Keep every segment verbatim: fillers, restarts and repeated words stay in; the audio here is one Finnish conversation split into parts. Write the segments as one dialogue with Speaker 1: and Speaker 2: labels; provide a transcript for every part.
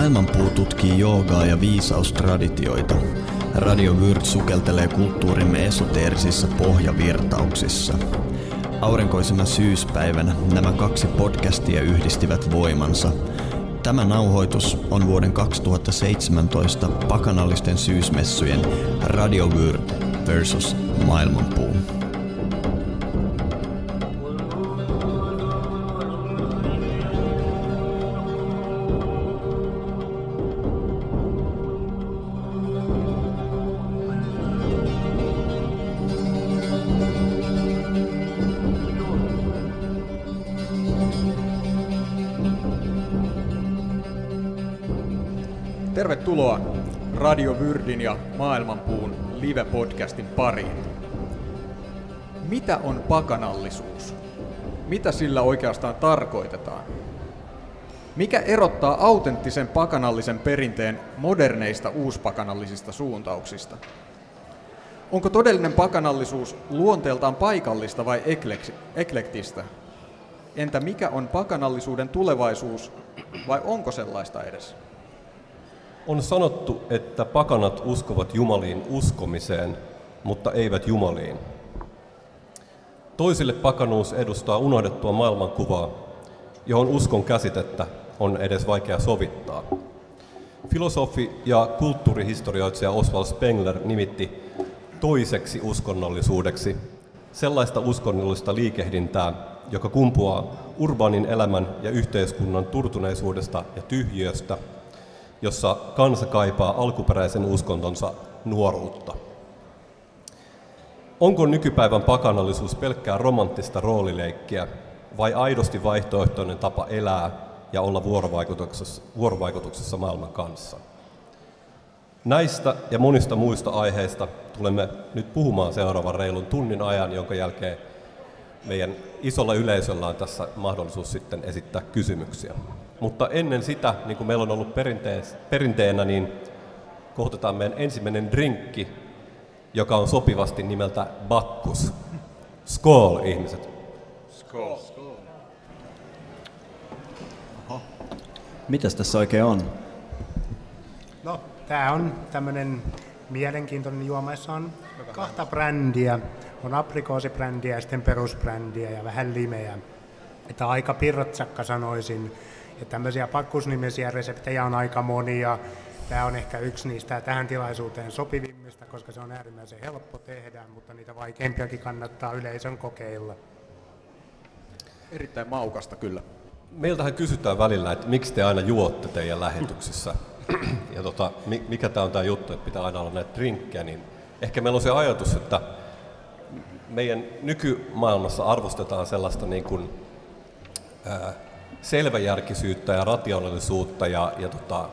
Speaker 1: Maailmanpuu tutkii joogaa ja viisaustraditioita. Radio Vyrt sukeltelee kulttuurimme esoteerisissa pohjavirtauksissa. Aurinkoisena syyspäivänä nämä kaksi podcastia yhdistivät voimansa. Tämä nauhoitus on vuoden kaksituhattaseitsemäntoista pakanallisten syysmessujen Radio Vyrt versus Maailmanpuu.
Speaker 2: Tervetuloa Radio Vyrdin ja Maailmanpuun live-podcastin pariin. Mitä on pakanallisuus? Mitä sillä oikeastaan tarkoitetaan? Mikä erottaa autenttisen pakanallisen perinteen moderneista uuspakanallisista suuntauksista? Onko todellinen pakanallisuus luonteeltaan paikallista vai eklektistä? Entä mikä on pakanallisuuden tulevaisuus vai onko sellaista edes?
Speaker 3: On sanottu, että pakanat uskovat jumaliin uskomiseen, mutta eivät jumaliin. Toisille pakanuus edustaa unohdettua maailmankuvaa, johon uskon käsitettä on edes vaikea sovittaa. Filosofi ja kulttuurihistorioitsija Oswald Spengler nimitti toiseksi uskonnollisuudeksi sellaista uskonnollista liikehdintää, joka kumpuaa urbaanin elämän ja yhteiskunnan turtuneisuudesta ja tyhjiöstä, jossa kansa kaipaa alkuperäisen uskontonsa nuoruutta. Onko nykypäivän pakanallisuus pelkkää romanttista roolileikkiä vai aidosti vaihtoehtoinen tapa elää ja olla vuorovaikutuksessa, vuorovaikutuksessa maailman kanssa? Näistä ja monista muista aiheista tulemme nyt puhumaan seuraavan reilun tunnin ajan, jonka jälkeen meidän isolla yleisöllä on tässä mahdollisuus sitten esittää kysymyksiä. Mutta ennen sitä, niin kuin meillä on ollut perinteenä, niin kohtataan meidän ensimmäinen drinkki, joka on sopivasti nimeltä Bacchus. Skål, ihmiset!
Speaker 2: Skål!
Speaker 1: Oho. Mitäs tässä oikein on?
Speaker 4: No, tää on tämmönen mielenkiintoinen juoma, jossa on kahta brändiä. On aprikoosibrändiä ja sitten perusbrändiä ja vähän limeä. Että aika pirrotsakka sanoisin. Ja tämmöisiä pakkusnimisiä reseptejä on aika monia. Tämä on ehkä yksi niistä tähän tilaisuuteen sopivimmista, koska se on äärimmäisen helppo tehdä, mutta niitä vaikeampiakin kannattaa yleisön kokeilla.
Speaker 2: Erittäin maukasta kyllä.
Speaker 3: Meiltähän kysytään välillä, että miksi te aina juotte teidän lähetyksissä. Ja tota, mikä tämä on tämä juttu, että pitää aina olla näitä drinkkejä, niin ehkä meillä on se ajatus, että meidän nykymaailmassa arvostetaan sellaista niin kuin, ää, selväjärkisyyttä ja rationaalisuutta ja, ja tota,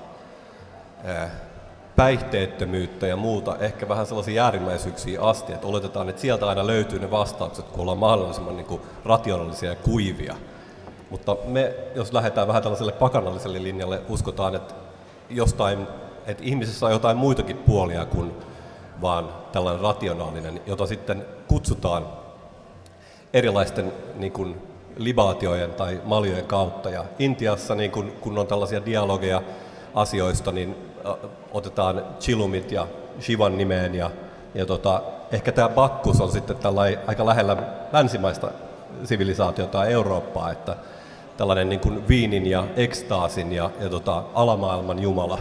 Speaker 3: ää, päihteettömyyttä ja muuta, ehkä vähän sellaisia äärimmäisyyksiä asti, että oletetaan, että sieltä aina löytyy ne vastaukset, kun ollaan mahdollisimman niin kuin rationaalisia ja kuivia. Mutta me, jos lähdetään vähän tällaiselle pakanalliselle linjalle, uskotaan, että, jostain, että ihmisessä on jotain muitakin puolia kuin vaan tällainen rationaalinen, jota sitten kutsutaan erilaisten niin kuin, libaatiojen tai maljojen kautta. Ja Intiassa, niin kun, kun on tällaisia dialogeja asioista, niin otetaan chilumit ja Shivan nimeen. Ja, ja tota, ehkä tämä Bacchus on sitten aika lähellä länsimaista sivilisaatiota Eurooppaa, että tällainen niin kuin viinin ja ekstaasin ja, ja tota, alamaailman jumala.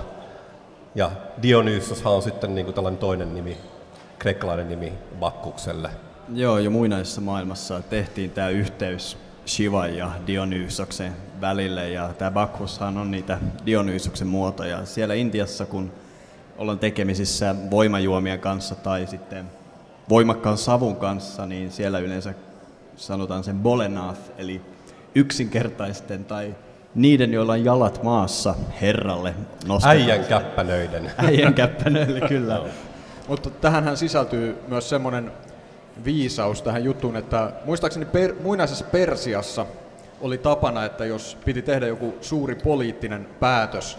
Speaker 3: Ja Dionysoshan on sitten niin kuin tällainen toinen nimi, kreikkalainen nimi Bacchukselle.
Speaker 1: Joo, jo muinaisessa maailmassa tehtiin tämä yhteys Shivan ja Dionysoksen välille, ja tämä Bacchushan on niitä Dionysoksen muotoja. Siellä Intiassa, kun ollaan tekemisissä voimajuomien kanssa tai sitten voimakkaan savun kanssa, niin siellä yleensä sanotaan sen Bolenath, eli yksinkertaisten tai niiden, joilla on jalat maassa herralle nostetaan.
Speaker 3: Äijän käppänöiden.
Speaker 1: Äijän käppänöille, kyllä.
Speaker 2: No. Mutta tähänhän sisältyy myös semmoinen viisaus tähän juttuun, että muistaakseni per, muinaisessa Persiassa oli tapana, että jos piti tehdä joku suuri poliittinen päätös,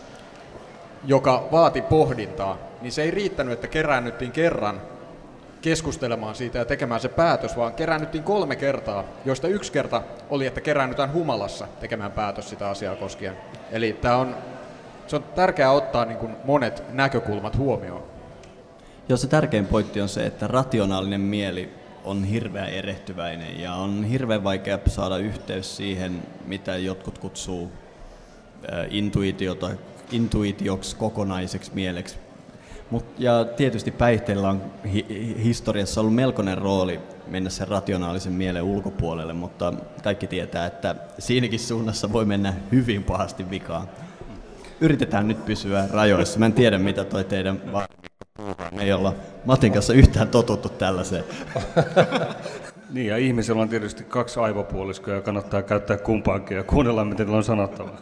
Speaker 2: joka vaati pohdintaa, niin se ei riittänyt, että keräännyttiin kerran keskustelemaan siitä ja tekemään se päätös, vaan keräännyttiin kolme kertaa, joista yksi kerta oli, että keräännytään humalassa tekemään päätös sitä asiaa koskien. Eli tämä on se on tärkeää ottaa niin kuin monet näkökulmat huomioon.
Speaker 1: Joo, se tärkein pointti on se, että rationaalinen mieli on hirveän erehtyväinen ja on hirveän vaikea saada yhteys siihen, mitä jotkut kutsuu intuitiota, intuitioksi, kokonaiseksi mieleksi. Mut, ja tietysti päihteillä on hi- historiassa ollut melkoinen rooli mennä sen rationaalisen mielen ulkopuolelle, mutta kaikki tietää, että siinäkin suunnassa voi mennä hyvin pahasti vikaan. Yritetään nyt pysyä rajoissa. Mä en tiedä, mitä toi teidän me ei olla Matin kanssa yhtään totuttu tällaiseen.
Speaker 5: Niin, ja ihmisellä on tietysti kaksi aivopuoliskoa ja kannattaa käyttää kumpaankin ja kuunnella, miten niillä on sanottavaa.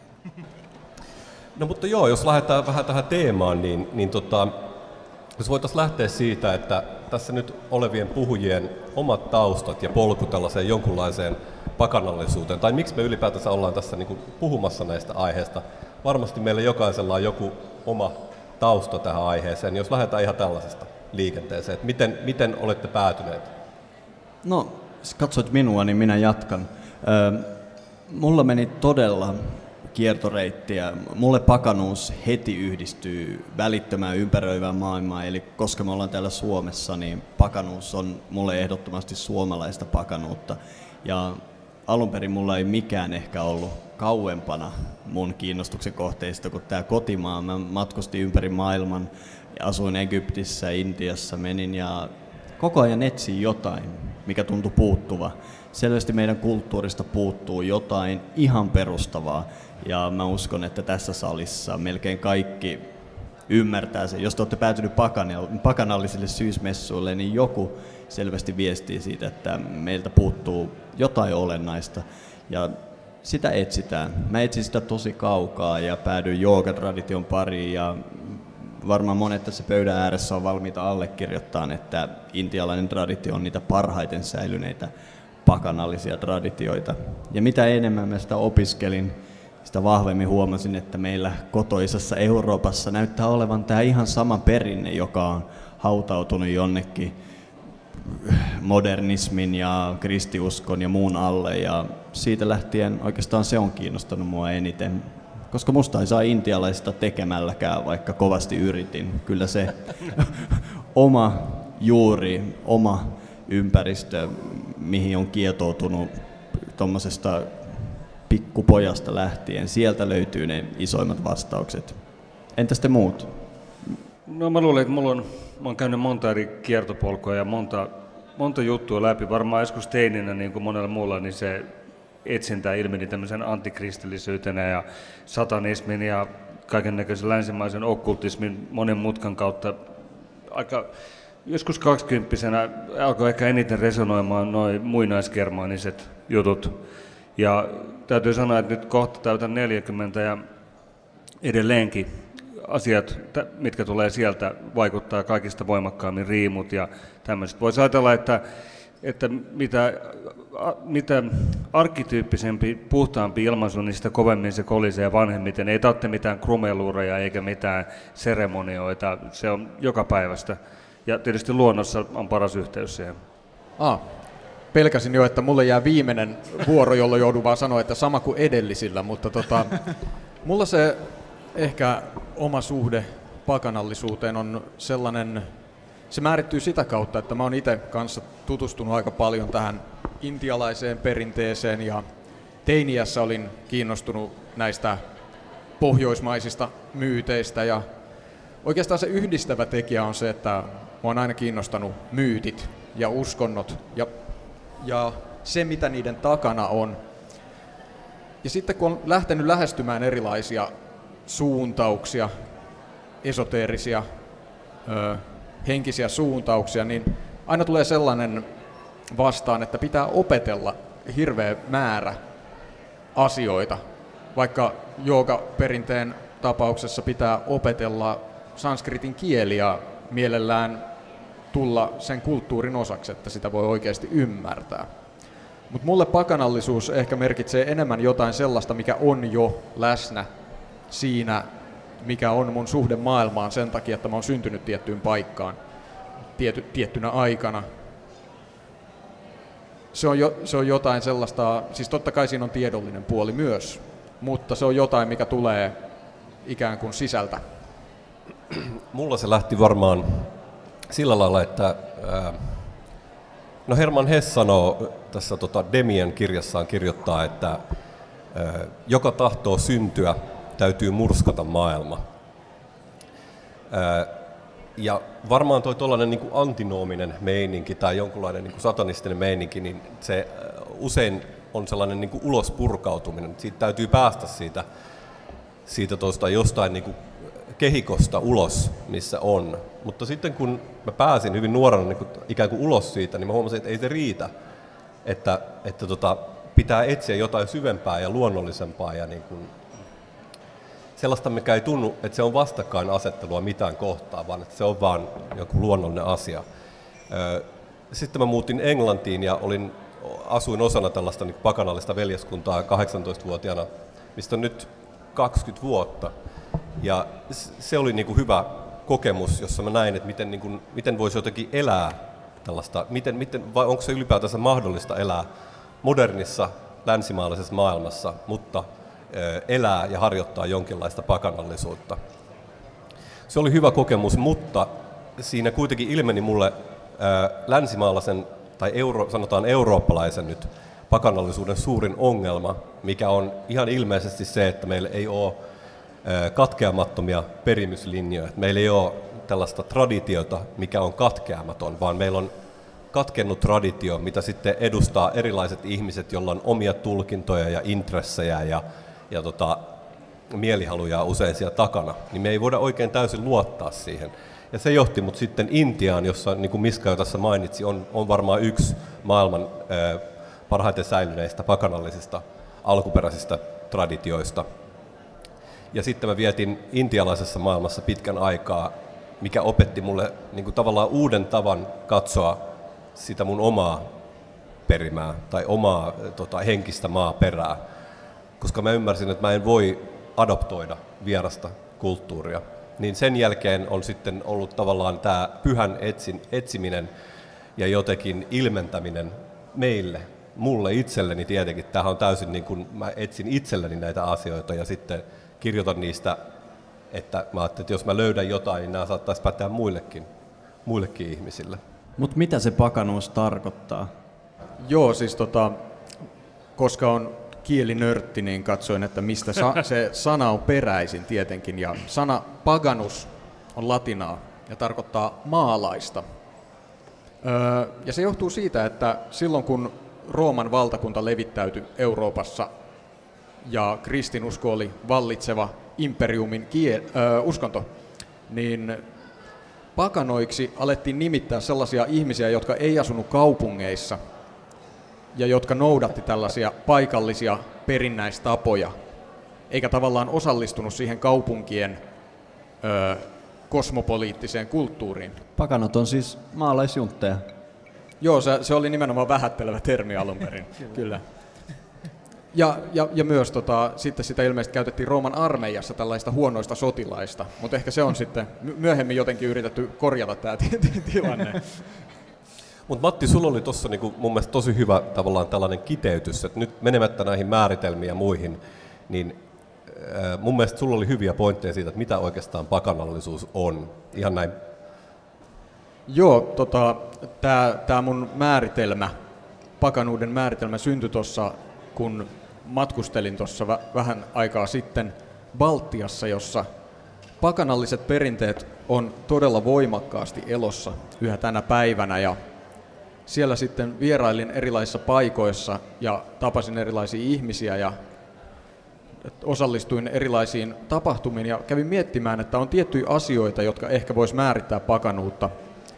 Speaker 3: No mutta joo, jos lähdetään vähän tähän teemaan, niin, niin tota, jos voitaisiin lähteä siitä, että tässä nyt olevien puhujien omat taustat ja polku tällaiseen jonkunlaiseen pakanallisuuteen, tai miksi me ylipäätänsä ollaan tässä niin kuin puhumassa näistä aiheista. Varmasti meillä jokaisella on joku oma tausta tähän aiheeseen, niin jos lähdetään ihan tällaisesta liikenteeseen, että miten, miten olette päätyneet?
Speaker 1: No, jos katsoit minua, niin minä jatkan. Ö, mulla meni todella kiertoreittiä. Mulle pakanuus heti yhdistyy välittömään ympäröivään maailmaan, eli koska me ollaan täällä Suomessa, niin pakanuus on mulle ehdottomasti suomalaista pakanuutta. Ja alun perin mulla ei mikään ehkä ollut kauempana mun kiinnostuksen kohteista kuin tämä kotimaa. Mä matkustin ympäri maailman, asuin Egyptissä, Intiassa, menin ja koko ajan etsin jotain, mikä tuntui puuttuva. Selvästi meidän kulttuurista puuttuu jotain ihan perustavaa. Ja mä uskon, että tässä salissa melkein kaikki ymmärtää sen. Jos te olette päätynyt pakanallisille syysmessuille, niin joku selvästi viestii siitä, että meiltä puuttuu jotain olennaista. Ja sitä etsitään. Mä etsin sitä tosi kaukaa ja päädyin joogatradition pariin. Ja varmaan monet tässä pöydän ääressä on valmiita allekirjoittamaan, että intialainen traditio on niitä parhaiten säilyneitä pakanallisia traditioita. Ja mitä enemmän mä sitä opiskelin, sitä vahvemmin huomasin, että meillä kotoisessa Euroopassa näyttää olevan tämä ihan sama perinne, joka on hautautunut jonnekin modernismin ja kristiuskon ja muun alle. Ja siitä lähtien oikeastaan se on kiinnostanut mua eniten, koska musta ei saa intialaista tekemälläkään, vaikka kovasti yritin. Kyllä se oma juuri, oma ympäristö, mihin on kietoutunut tuommoisesta pikkupojasta lähtien, sieltä löytyy ne isoimmat vastaukset. Entäs te muut?
Speaker 5: No mä luulen, että mulla on, mä oon käynyt monta eri kiertopolkua ja monta, monta juttua läpi. Varmaan joskus teininä, niin kuin monella muulla, niin se etsintä ilmeni tämmöisen antikristillisyytenä ja satanismin ja kaikennäköisen länsimaisen okkultismin monen mutkan kautta. Aika, joskus kaksikymppisenä alkoi ehkä eniten resonoimaan nuo muinaisgermaaniset jutut. Ja täytyy sanoa, että nyt kohta täytän neljäkymmentä ja edelleenkin asiat, mitkä tulee sieltä, vaikuttaa kaikista voimakkaammin, riimut ja tämmöiset. Voisi ajatella, että, että mitä, mitä arkkityyppisempi, puhtaampi ilmaisu, niin sitä kovemmin se kolisee ja vanhemmiten. Ei tarvitse mitään krumeluureja eikä mitään seremonioita, se on joka päivästä. Ja tietysti luonnossa on paras yhteys siihen.
Speaker 2: Ah. Pelkäsin jo, että mulle jää viimeinen vuoro, jolloin joudun vaan sanoa, että sama kuin edellisillä, mutta tota, mulla se ehkä oma suhde pakanallisuuteen on sellainen, se määrittyy sitä kautta, että mä oon itse kanssa tutustunut aika paljon tähän intialaiseen perinteeseen ja teiniässä olin kiinnostunut näistä pohjoismaisista myyteistä ja oikeastaan se yhdistävä tekijä on se, että mä oon aina kiinnostanut myytit ja uskonnot ja ja se, mitä niiden takana on. Ja sitten kun on lähtenyt lähestymään erilaisia suuntauksia, esoteerisia, ö, henkisiä suuntauksia, niin aina tulee sellainen vastaan, että pitää opetella hirveä määrä asioita. Vaikka joogaperinteen tapauksessa pitää opetella sanskritin kieliä mielellään tulla sen kulttuurin osaksi, että sitä voi oikeasti ymmärtää. Mutta mulle pakanallisuus ehkä merkitsee enemmän jotain sellaista, mikä on jo läsnä siinä, mikä on mun suhde maailmaan sen takia, että mä oon syntynyt tiettyyn paikkaan tiety, tiettynä aikana. Se on, jo, se on jotain sellaista, siis totta kai siinä on tiedollinen puoli myös, mutta se on jotain, mikä tulee ikään kuin sisältä?
Speaker 3: Mulla se lähti varmaan sillä lailla, että ää, no Hermann Hesse sanoo tässä tota Demien kirjassaan kirjoittaa, että ää, joka tahtoo syntyä, täytyy murskata maailma. Ää, ja varmaan toi tollainen niin kuin antinoominen meininki tai jonkunlainen niin kuin satanistinen meininki, niin se usein on sellainen niin kuin ulospurkautuminen. Siitä täytyy päästä siitä, siitä tuosta jostain niin kuin kehikosta ulos, missä on. Mutta sitten kun mä pääsin hyvin nuorena niin kuin ikään kuin ulos siitä, niin mä huomasin, että ei se riitä. Että, että tota, pitää etsiä jotain syvempää ja luonnollisempaa ja niin kuin sellaista, mikä ei tunnu, että se on vastakkainasettelua mitään kohtaa, vaan että se on vaan joku luonnollinen asia. Sitten mä muutin Englantiin ja olin, asuin osana tällaista niin pakanallista veljeskuntaa kahdeksantoistavuotiaana, mistä on nyt kaksikymmentä vuotta. Ja se oli niin kuin hyvä kokemus, jossa mä näin, että miten, niin kuin, miten voisi jotenkin elää tällaista, miten, miten, vai onko se ylipäätänsä mahdollista elää modernissa länsimaalaisessa maailmassa, mutta elää ja harjoittaa jonkinlaista pakanallisuutta. Se oli hyvä kokemus, mutta siinä kuitenkin ilmeni mulle länsimaalaisen tai euro, sanotaan eurooppalaisen nyt pakanallisuuden suurin ongelma, mikä on ihan ilmeisesti se, että meillä ei ole katkeamattomia perimyslinjoja. Meillä ei ole tällaista traditiota, mikä on katkeamaton, vaan meillä on katkennut traditio, mitä sitten edustaa erilaiset ihmiset, joilla on omia tulkintoja ja intressejä ja, ja tota, mielihaluja usein siellä takana. Niin me ei voida oikein täysin luottaa siihen. Ja se johti mut sitten Intiaan, jossa, niin kuin Miska jo tässä mainitsi, on, on varmaan yksi maailman ää, parhaiten säilyneistä pakanallisista alkuperäisistä traditioista. Ja sitten mä vietin intialaisessa maailmassa pitkän aikaa, mikä opetti mulle niin kuin tavallaan uuden tavan katsoa sitä mun omaa perimää tai omaa tota, henkistä maaperää, koska mä ymmärsin, että mä en voi adoptoida vierasta kulttuuria. Niin sen jälkeen on sitten ollut tavallaan tämä pyhän etsin, etsiminen ja jotenkin ilmentäminen meille, mulle itselleni tietenkin. Tämähän on täysin niin kuin mä etsin itselleni näitä asioita ja sitten kirjoitan niistä, että mä ajattelin, että jos mä löydän jotain, niin nämä saattaisi päteä muillekin, muillekin ihmisille.
Speaker 1: Mutta mitä se pakanuus tarkoittaa?
Speaker 2: Joo, siis tota, koska on kielinörtti, niin katsoin, että mistä sa- se sana on peräisin tietenkin. Ja sana paganus on latinaa ja tarkoittaa maalaista. Öö, ja se johtuu siitä, että silloin kun Rooman valtakunta levittäytyi Euroopassa ja kristinusko oli vallitseva imperiumin kie- öö, uskonto, niin pakanoiksi alettiin nimittää sellaisia ihmisiä, jotka ei asunut kaupungeissa ja jotka noudatti tällaisia paikallisia perinnäistapoja, eikä tavallaan osallistunut siihen kaupunkien ö, kosmopoliittiseen kulttuuriin.
Speaker 1: Pakanot on siis maalaisjuntteja.
Speaker 2: Joo, se, se oli nimenomaan vähättelevä termi alun perin, kyllä. Ja, ja, ja myös tota, sitten sitä ilmeisesti käytettiin Rooman armeijassa tällaista huonoista sotilaista, mutta ehkä se on sitten myöhemmin jotenkin yritetty korjata tämä tilanne.
Speaker 3: Mutta Matti, sulla oli tuossa niinku mun mielestä tosi hyvä tavallaan tällainen kiteytys, että nyt menemättä näihin määritelmiin ja muihin, niin äh, mun mielestä sulla oli hyviä pointteja siitä, että mitä oikeastaan pakanallisuus on. Ihan näin.
Speaker 2: Joo, tota, tämä mun määritelmä, pakanuuden määritelmä syntyi tuossa, kun matkustelin tuossa vä- vähän aikaa sitten Baltiassa, jossa pakanalliset perinteet on todella voimakkaasti elossa yhä tänä päivänä. Ja siellä sitten vierailin erilaisissa paikoissa ja tapasin erilaisia ihmisiä ja osallistuin erilaisiin tapahtumiin ja kävin miettimään, että on tiettyjä asioita, jotka ehkä vois määrittää pakanuutta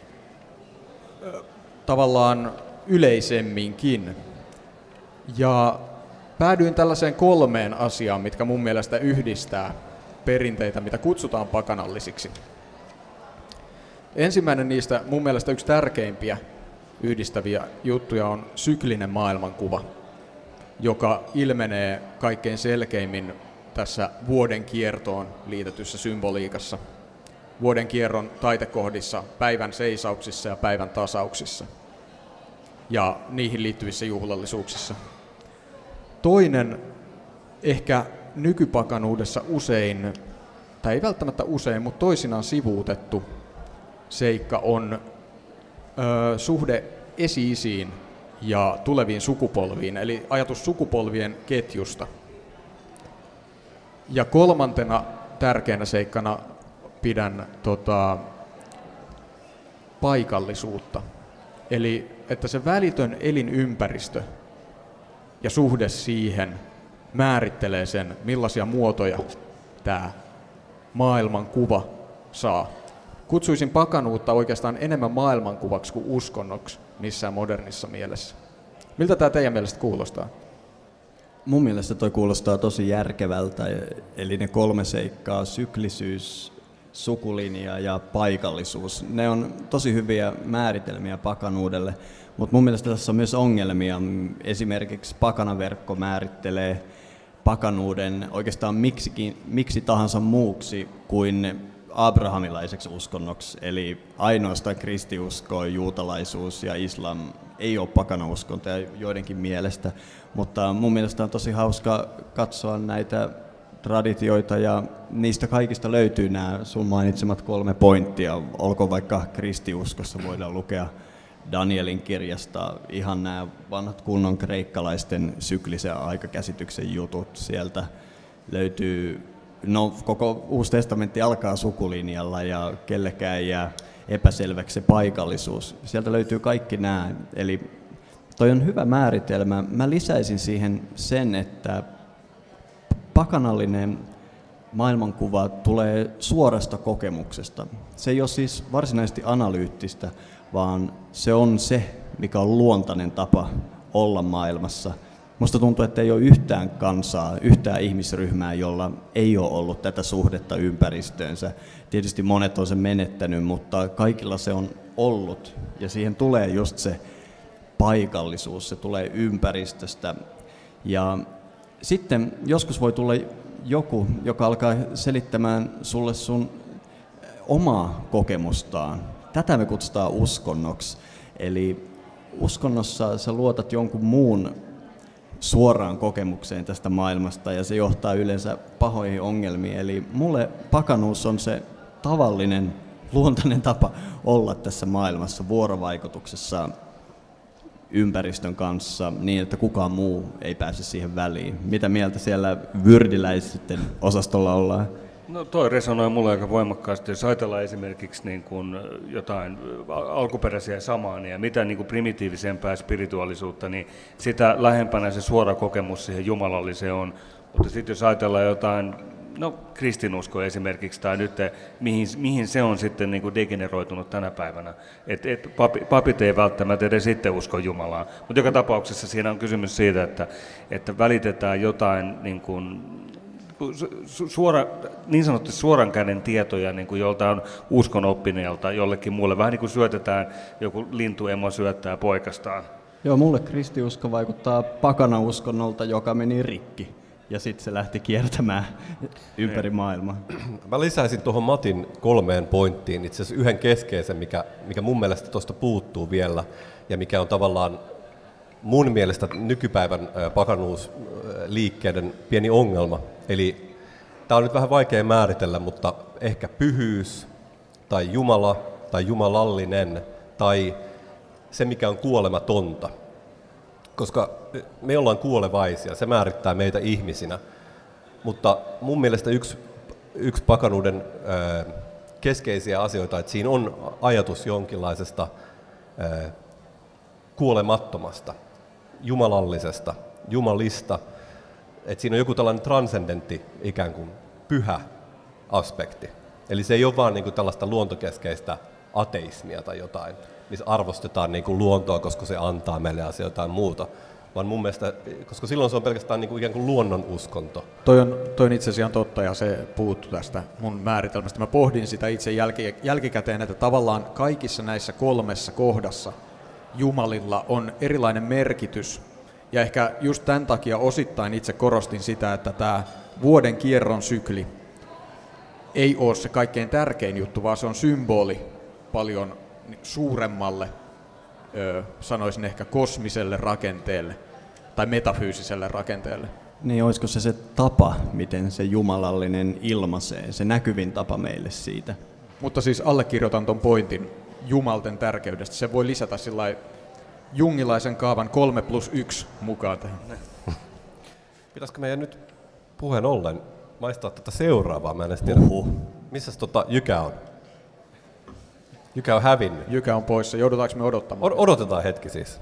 Speaker 2: tavallaan yleisemminkin. Ja päädyin tällaiseen kolmeen asiaan, mitkä mun mielestä yhdistää perinteitä, mitä kutsutaan pakanallisiksi. Ensimmäinen niistä, mun mielestä yksi tärkeimpiä yhdistäviä juttuja on syklinen maailmankuva, joka ilmenee kaikkein selkeimmin tässä vuoden kiertoon liitetyssä symboliikassa. Vuoden kierron taitekohdissa, päivän seisauksissa ja päivän tasauksissa ja niihin liittyvissä juhlallisuuksissa. Toinen, ehkä nykypakanuudessa usein tai ei välttämättä usein, mutta toisinaan sivuutettu seikka on ö, suhde esi-isiin ja tuleviin sukupolviin, eli ajatus sukupolvien ketjusta. Ja kolmantena tärkeänä seikkana pidän tota, paikallisuutta. Eli että se välitön elinympäristö ja suhde siihen määrittelee sen, millaisia muotoja tämä maailmankuva saa. Kutsuisin pakanuutta oikeastaan enemmän maailmankuvaksi kuin uskonnoksi missään modernissa mielessä. Miltä tämä teidän mielestä kuulostaa?
Speaker 1: Mun mielestä toi kuulostaa tosi järkevältä, eli ne kolme seikkaa, syklisyys, sukulinja ja paikallisuus. Ne on tosi hyviä määritelmiä pakanuudelle, mutta mun mielestä tässä on myös ongelmia. Esimerkiksi pakanaverkko määrittelee pakanuuden oikeastaan miksikin, miksi tahansa muuksi kuin abrahamilaiseksi uskonnoksi, eli ainoastaan kristiusko, juutalaisuus ja islam ei ole pakanauskontoja joidenkin mielestä, mutta mun mielestä on tosi hauska katsoa näitä traditioita ja niistä kaikista löytyy nämä sun mainitsemat kolme pointtia, olkoon vaikka kristiuskossa voidaan lukea Danielin kirjasta ihan nämä vanhat kunnon kreikkalaisten syklisen aikakäsityksen jutut, sieltä löytyy. No, koko Uusi testamentti alkaa sukulinjalla ja kellekään ei jää epäselväksi se paikallisuus. Sieltä löytyy kaikki nämä. Eli toi on hyvä määritelmä. Mä lisäisin siihen sen, että pakanallinen maailmankuva tulee suorasta kokemuksesta. Se ei ole siis varsinaisesti analyyttistä, vaan se on se, mikä on luontainen tapa olla maailmassa. Musta tuntuu, että ei ole yhtään kansaa, yhtään ihmisryhmää, jolla ei ole ollut tätä suhdetta ympäristöönsä. Tietysti monet on sen menettänyt, mutta kaikilla se on ollut. Ja siihen tulee just se paikallisuus, se tulee ympäristöstä. Ja sitten joskus voi tulla joku, joka alkaa selittämään sulle sun omaa kokemustaan. Tätä me kutsutaan uskonnoksi. Eli uskonnossa sä luotat jonkun muun suoraan kokemukseen tästä maailmasta ja se johtaa yleensä pahoihin ongelmiin. Eli mulle pakanuus on se tavallinen, luontainen tapa olla tässä maailmassa vuorovaikutuksessa ympäristön kanssa niin, että kukaan muu ei pääse siihen väliin. Mitä mieltä siellä vyrdiläisten osastolla ollaan?
Speaker 5: No toi resonoi mulle aika voimakkaasti. Jos ajatellaan esimerkiksi niin kuin jotain alkuperäisiä samaania, mitä niin kuin primitiivisempää spirituaalisuutta, niin sitä lähempänä se suora kokemus siihen jumalalliseen on. Mutta sitten jos ajatellaan jotain, no kristinusko esimerkiksi, tai nyt mihin, mihin se on sitten niin kuin degeneroitunut tänä päivänä. Et, et papi, papit ei välttämättä edes sitten usko Jumalaan. Mutta joka tapauksessa siinä on kysymys siitä, että, että välitetään jotain niin kuin suora, niin sanottu suoran käden tietoja niin kuin joltain uskonoppineelta jollekin muulle. Vähän niin kuin syötetään, joku lintuemo syöttää poikastaan.
Speaker 1: Joo, mulle kristiusko vaikuttaa pakana-uskonnolta, joka meni rikki. Ja sitten se lähti kiertämään ympäri maailmaa.
Speaker 3: Mä lisäisin tuohon Matin kolmeen pointtiin itse asiassa yhden keskeisen, mikä, mikä mun mielestä tuosta puuttuu vielä, ja mikä on tavallaan mun mielestä nykypäivän pakanuusliikkeiden pieni ongelma. Eli tämä on nyt vähän vaikea määritellä, mutta ehkä pyhyys tai Jumala tai jumalallinen tai se, mikä on kuolematonta. Koska me ollaan kuolevaisia, se määrittää meitä ihmisinä. Mutta mun mielestä yksi, yksi pakanuuden ö, keskeisiä asioita, että siinä on ajatus jonkinlaisesta ö, kuolemattomasta, jumalallisesta, jumalista. Että siinä on joku tällainen transcendentti, ikään kuin pyhä aspekti. Eli se ei ole vaan niin kuin tällaista luontokeskeistä ateismia tai jotain, missä arvostetaan niin kuin luontoa, koska se antaa meille asioita jotain muuta. Vaan mun mielestä, koska silloin se on pelkästään niin kuin ikään kuin luonnon uskonto.
Speaker 2: Toi on, toi on itse asiassa ihan totta ja se puuttuu tästä mun määritelmästä. Mä pohdin sitä itse jälki, jälkikäteen, että tavallaan kaikissa näissä kolmessa kohdassa Jumalilla on erilainen merkitys. Ja ehkä just tämän takia osittain itse korostin sitä, että tämä vuoden kierron sykli ei ole se kaikkein tärkein juttu, vaan se on symboli paljon suuremmalle, sanoisin ehkä kosmiselle rakenteelle tai metafyysiselle rakenteelle.
Speaker 1: Niin olisiko se se tapa, miten se jumalallinen ilmaisee, se näkyvin tapa meille siitä?
Speaker 2: Mutta siis allekirjoitan ton pointin jumalten tärkeydestä. Se voi lisätä sillai jungilaisen kaavan kolme plus yksi mukaan tähän.
Speaker 3: Pitäisikö meidän nyt puheen ollen maistaa tätä seuraavaa? Mä en edes tiedä.
Speaker 1: Uhuh.
Speaker 3: Missäs tota Jykä on? Jykä on hävinnyt.
Speaker 2: Jykä on poissa. Joudutaanko me odottamaan?
Speaker 3: Od- odotetaan hetki siis.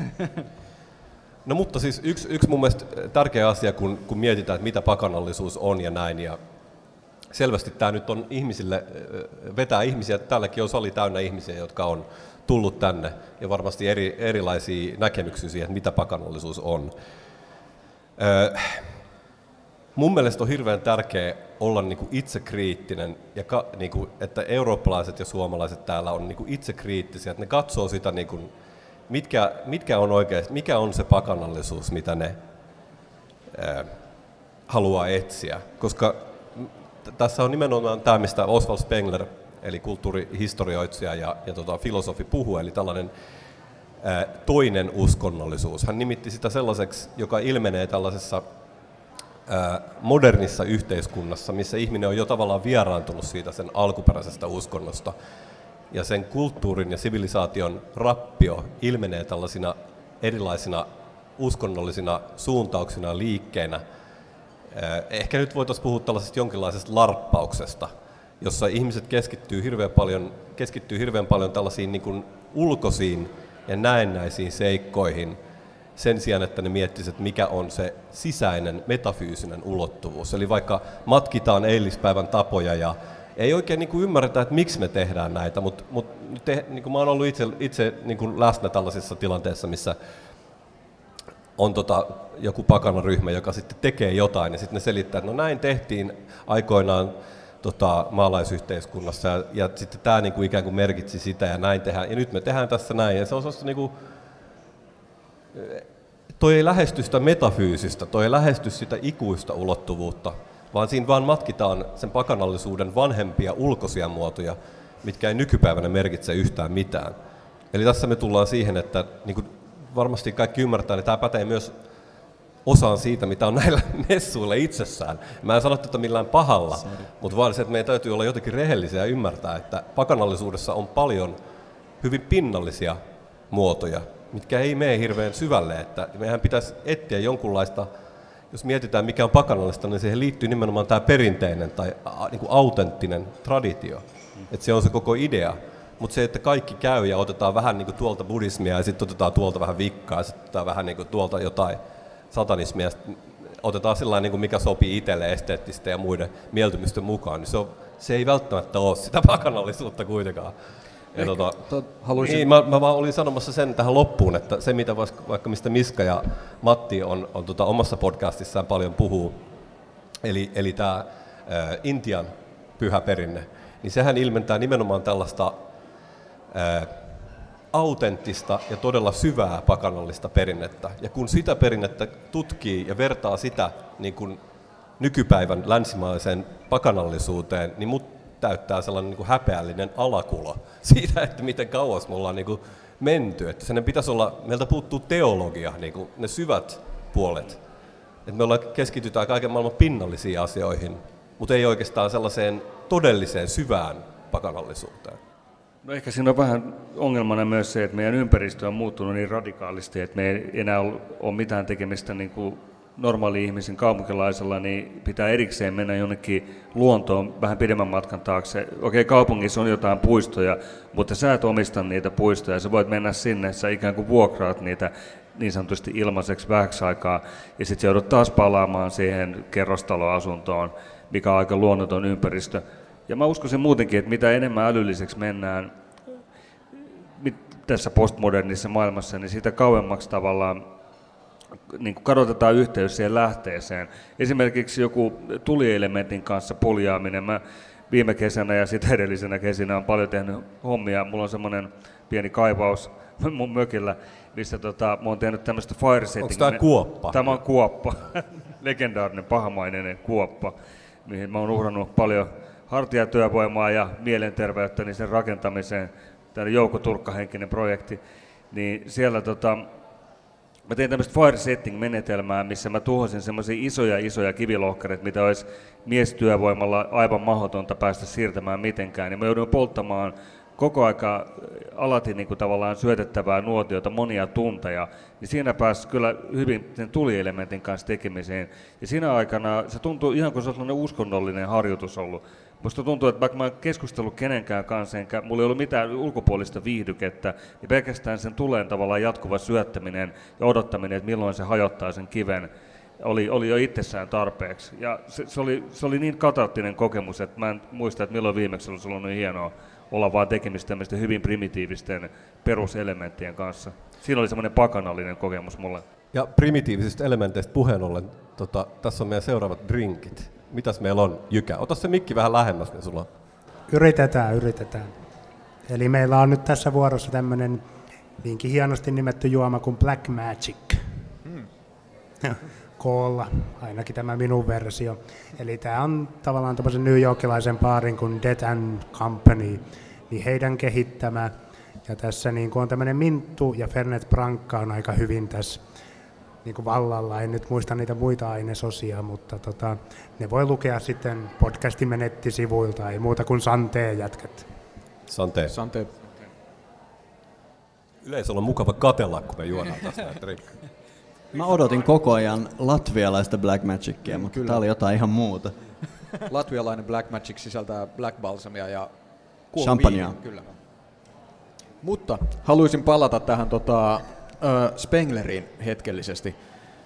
Speaker 3: No mutta siis yksi, yksi mun mielestä tärkeä asia, kun, kun mietitään, että mitä pakanallisuus on ja näin. Ja selvästi tämä nyt on ihmisille, vetää ihmisiä, täälläkin on sali täynnä ihmisiä, jotka on tullut tänne. Ja varmasti eri, erilaisia näkemyksiä siihen, että mitä pakanallisuus on. Öö, mun mielestä on hirveän tärkeää olla niinku itsekriittinen, ja ka, niinku, että eurooppalaiset ja suomalaiset täällä on niinku itsekriittisiä, että ne katsoo sitä, niinku, mitkä, mitkä on oikeasti, mikä on se pakanallisuus, mitä ne ää, haluaa etsiä. Koska t- tässä on nimenomaan tämä, mistä Oswald Spengler, eli kulttuurihistorioitsija ja, ja tota, filosofi puhuu, eli tällainen ää, toinen uskonnollisuus. Hän nimitti sitä sellaiseksi, joka ilmenee tällaisessa modernissa yhteiskunnassa, missä ihminen on jo tavallaan vieraantunut siitä sen alkuperäisestä uskonnosta. Ja sen kulttuurin ja sivilisaation rappio ilmenee tällaisina erilaisina uskonnollisina suuntauksina ja liikkeinä. Ehkä nyt voitaisiin puhua tällaisesta jonkinlaisesta larppauksesta, jossa ihmiset keskittyy hirveän paljon, keskittyy hirveän paljon tällaisiin niin kuin ulkoisiin ja näennäisiin seikkoihin, sen sijaan, että ne miettisivät, että mikä on se sisäinen, metafyysinen ulottuvuus. Eli vaikka matkitaan eilispäivän tapoja ja ei oikein niin kuin ymmärretä, että miksi me tehdään näitä, mutta, mutta te, niin kuin mä oon ollut itse, itse niin kuin läsnä tällaisissa tilanteissa, missä on tota, joku pakanaryhmä, joka sitten tekee jotain ja sitten ne selittää, että no näin tehtiin aikoinaan tota, maalaisyhteiskunnassa ja, ja sitten tämä niin kuin ikään kuin merkitsi sitä ja näin tehdään ja nyt me tehdään tässä näin ja se on sellaista niin kuin toi ei lähesty sitä metafyysistä, toi ei lähesty sitä ikuista ulottuvuutta, vaan siinä vaan matkitaan sen pakanallisuuden vanhempia ulkoisia muotoja, mitkä ei nykypäivänä merkitse yhtään mitään. Eli tässä me tullaan siihen, että niin kuin varmasti kaikki ymmärtää, että tämä pätee myös osaan siitä, mitä on näillä messuilla itsessään. Mä en sano tätä millään pahalla, Sorry. mutta vaan se, että meidän täytyy olla jotenkin rehellisiä ja ymmärtää, että pakanallisuudessa on paljon hyvin pinnallisia muotoja, mitkä ei mene hirveän syvälle, että meidän pitäisi etsiä jonkunlaista, jos mietitään mikä on pakanallista, niin siihen liittyy nimenomaan tämä perinteinen tai niin kuin autenttinen traditio, että se on se koko idea, mutta se, että kaikki käy ja otetaan vähän niin kuin tuolta buddhismia ja sitten otetaan tuolta vähän vikkaa ja sitten otetaan vähän niin kuin tuolta jotain satanismia, otetaan sellainen, niin kuin mikä sopii itselle esteettisten ja muiden mieltymysten mukaan, niin se, on, se ei välttämättä ole sitä pakanallisuutta kuitenkaan. Ja tota, haluaisin... niin, mä, mä vaan olin sanomassa sen tähän loppuun, että se mitä vaikka mistä Miska ja Matti on, on tota omassa podcastissaan paljon puhuu, eli, eli tämä ä, Intian pyhä perinne, niin sehän ilmentää nimenomaan tällaista ä, autenttista ja todella syvää pakanallista perinnettä. Ja kun sitä perinnettä tutkii ja vertaa sitä niin kuin nykypäivän länsimaiseen pakanallisuuteen, niin mut täyttää sellainen niin kuin häpeällinen alakulo siitä, että miten kauas me ollaan niin kuin menty. Että sen pitäisi olla, meiltä puuttuu teologia, niin kuin ne syvät puolet. Että me ollaan, keskitytään kaiken maailman pinnallisiin asioihin, mutta ei oikeastaan sellaiseen todelliseen syvään pakanallisuuteen.
Speaker 5: No ehkä siinä on vähän ongelmana myös se, että meidän ympäristö on muuttunut niin radikaalisti, että me ei enää ole mitään tekemistä niin kuin normaali-ihmisen kaupunkilaisella, niin pitää erikseen mennä jonnekin luontoon vähän pidemmän matkan taakse. Okei, kaupungissa on jotain puistoja, mutta sä et omista niitä puistoja. Sä voit mennä sinne, sä ikään kuin vuokraat niitä niin sanotusti ilmaiseksi vähäksi aikaa, ja sitten joudut taas palaamaan siihen kerrostaloasuntoon, mikä on aika luonnoton ympäristö. Ja mä uskoisin muutenkin, että mitä enemmän älylliseksi mennään tässä postmodernissa maailmassa, niin sitä kauemmaksi tavallaan niin kuin kadotetaan yhteys siihen lähteeseen. Esimerkiksi joku tulielementin kanssa poljaaminen. Mä viime kesänä ja sitten edellisenä kesinä on paljon tehnyt hommia. Mulla on semmoinen pieni kaivaus mun mökillä, missä tota, mä oon tehnyt tämmöistä fire setting.
Speaker 3: Onko tää kuoppa?
Speaker 5: Tämä on kuoppa. Legendaarinen, pahamainen kuoppa, mihin mä oon uhrannut paljon hartiatyövoimaa ja mielenterveyttä niin sen rakentamiseen. Tämä Jouko Turkkahenkinen projekti. Niin siellä tota, Mä tein tämmöistä fire setting-menetelmää, missä mä tuhosin semmoisia isoja isoja kivilohkareita, mitä olisi miestyövoimalla aivan mahdotonta päästä siirtämään mitenkään. Ja mä jouduin polttamaan koko aika alati niin kuin tavallaan syötettävää nuotiota monia tunteja, niin siinä pääsi kyllä hyvin sen tulielementin kanssa tekemiseen. Ja siinä aikana se tuntui ihan kuin se olisi sellainen uskonnollinen harjoitus ollut. Musta tuntuu, että vaikka mä en keskustellut kenenkään kanssa, enkä mulla ei ollut mitään ulkopuolista viihdykettä, niin pelkästään sen tuleen tavallaan jatkuva syöttäminen ja odottaminen, että milloin se hajottaa sen kiven, oli, oli jo itsessään tarpeeksi. Ja se, se, oli, se oli niin katarttinen kokemus, että mä en muista, että milloin viimeksi olisi ollut niin hienoa olla vaan tekemistä tämmöisten hyvin primitiivisten peruselementtien kanssa. Siinä oli semmoinen pakanallinen kokemus mulle.
Speaker 3: Ja primitiivisistä elementeistä puheen ollen, tota, tässä on meidän seuraavat drinkit. Mitäs meillä on, Jykä? Ota se mikki vähän lähemmäs, niin sulla on. Yritetään,
Speaker 4: yritetään. Eli meillä on nyt tässä vuorossa tämmöinen niinkin hienosti nimetty juoma kuin Black Magic. Hmm. Koolla, ainakin tämä minun versio. Eli tämä on tavallaan tämmöisen New Yorkilaisen baarin kuin Dead and Company, niin heidän kehittämä. Ja tässä niin kuin on tämmöinen minttu ja Fernet Branca on aika hyvin tässä niin kuin vallalla. En nyt muista niitä muita ainesosia, mutta tota, ne voi lukea sitten podcastimme nettisivuilta, ei muuta kuin Santeen jätkät.
Speaker 3: Santeen.
Speaker 2: Santeen.
Speaker 3: Yleisöllä on mukava katella, kun me juodaan tästä näitä rinkkoja.
Speaker 1: Mä odotin koko ajan latvialaista Black Magicia, mutta tää oli jotain ihan muuta.
Speaker 2: Latvialainen Black Magic sisältää Black Balsamia ja
Speaker 1: champagnea.
Speaker 2: Kyllä. Mutta haluaisin palata tähän tota, ö, Spengleriin hetkellisesti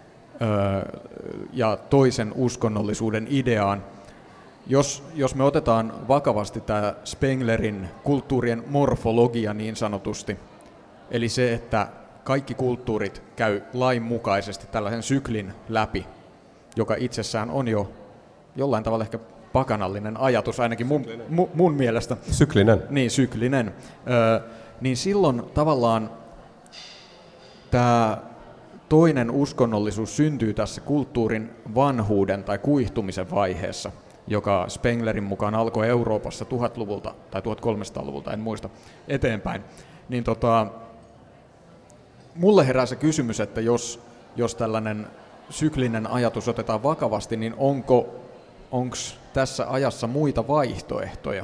Speaker 2: ö, ja toisen uskonnollisuuden ideaan. Jos, jos me otetaan vakavasti tämä Spenglerin kulttuurien morfologia niin sanotusti, eli se, että kaikki kulttuurit käy lainmukaisesti tällaisen syklin läpi, joka itsessään on jo jollain tavalla ehkä pakanallinen ajatus, ainakin mun, mu, mun mielestä.
Speaker 3: Syklinen.
Speaker 2: Niin, syklinen. Ö, niin silloin tavallaan tämä toinen uskonnollisuus syntyy tässä kulttuurin vanhuuden tai kuihtumisen vaiheessa, joka Spenglerin mukaan alkoi Euroopassa tuhatluvulta tai tuhatkolmesataaluvulta, en muista, eteenpäin. Niin tota, mulle herää se kysymys, että jos, jos tällainen syklinen ajatus otetaan vakavasti, niin onko onks tässä ajassa muita vaihtoehtoja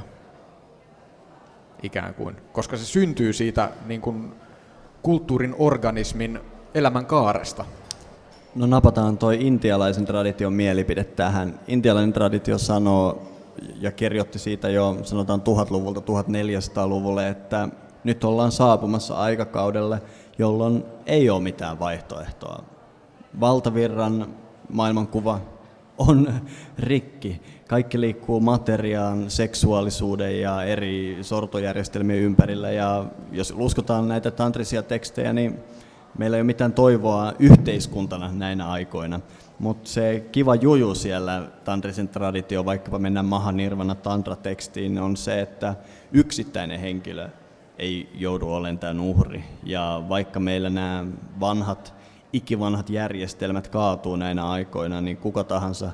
Speaker 2: ikään kuin? Koska se syntyy siitä niin kuin kulttuurin organismin elämän kaaresta.
Speaker 1: No napataan toi intialaisen tradition mielipide tähän. Intialainen traditio sanoo ja kirjoitti siitä jo sanotaan tuhatluvulta tuhatneljäsataaluvulle, että nyt ollaan saapumassa aikakaudelle, jolloin ei ole mitään vaihtoehtoa. Valtavirran maailmankuva on rikki. Kaikki liikkuu materiaan, seksuaalisuuden ja eri sortojärjestelmien ympärillä. Ja jos uskotaan näitä tantrisia tekstejä, niin meillä ei ole mitään toivoa yhteiskuntana näinä aikoina. Mutta se kiva juju siellä tantrisen traditio, vaikkapa mennään Mahanirvana tantra-tekstiin, on se, että yksittäinen henkilö ei joudu olemaan tämän uhri. Ja vaikka meillä nämä vanhat, ikivanhat järjestelmät kaatuu näinä aikoina, niin kuka tahansa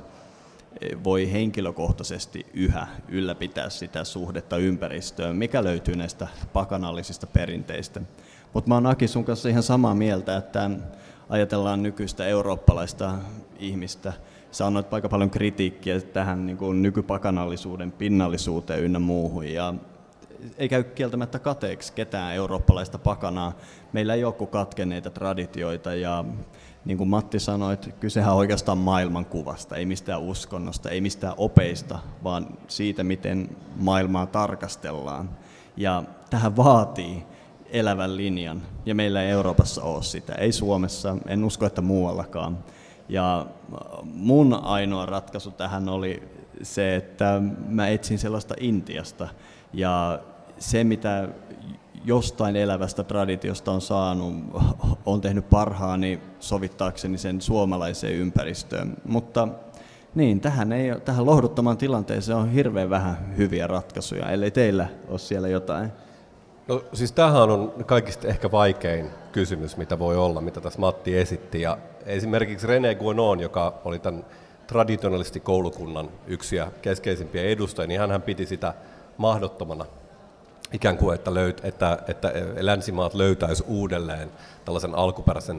Speaker 1: voi henkilökohtaisesti yhä ylläpitää sitä suhdetta ympäristöön, mikä löytyy näistä pakanallisista perinteistä. Mutta mä oon Aki sun kanssa ihan samaa mieltä, että ajatellaan nykyistä eurooppalaista ihmistä. Sä annoit aika paljon kritiikkiä tähän niin kuin nykypakanallisuuden pinnallisuuteen ynnä muuhun. Ja ei käy kieltämättä kateeksi ketään eurooppalaista pakanaa. Meillä ei ole kuin katkenneita traditioita ja niin kuin Matti sanoi, että kysehän on oikeastaan maailmankuvasta, ei mistään uskonnosta, ei mistään opeista, vaan siitä, miten maailmaa tarkastellaan. Ja tähän vaatii elävän linjan, ja meillä ei Euroopassa ole sitä, ei Suomessa, en usko, että muuallakaan. Ja mun ainoa ratkaisu tähän oli se, että mä etsin sellaista Intiasta, ja se, mitä jostain elävästä traditiosta on saanut, on tehnyt parhaani sovittaakseni sen suomalaiseen ympäristöön. Mutta niin, tähän, ei, tähän lohduttamaan tilanteeseen on hirveän vähän hyviä ratkaisuja, ellei teillä ole siellä jotain.
Speaker 3: No siis tämähän on kaikista ehkä vaikein kysymys, mitä voi olla, mitä tässä Matti esitti. Ja esimerkiksi René Guénon, joka oli tämän traditionalisti koulukunnan yksi ja keskeisimpiä edustajia, niin hän piti sitä mahdottomana ikään kuin, että, löyt, että, että länsimaat löytäisi uudelleen tällaisen alkuperäisen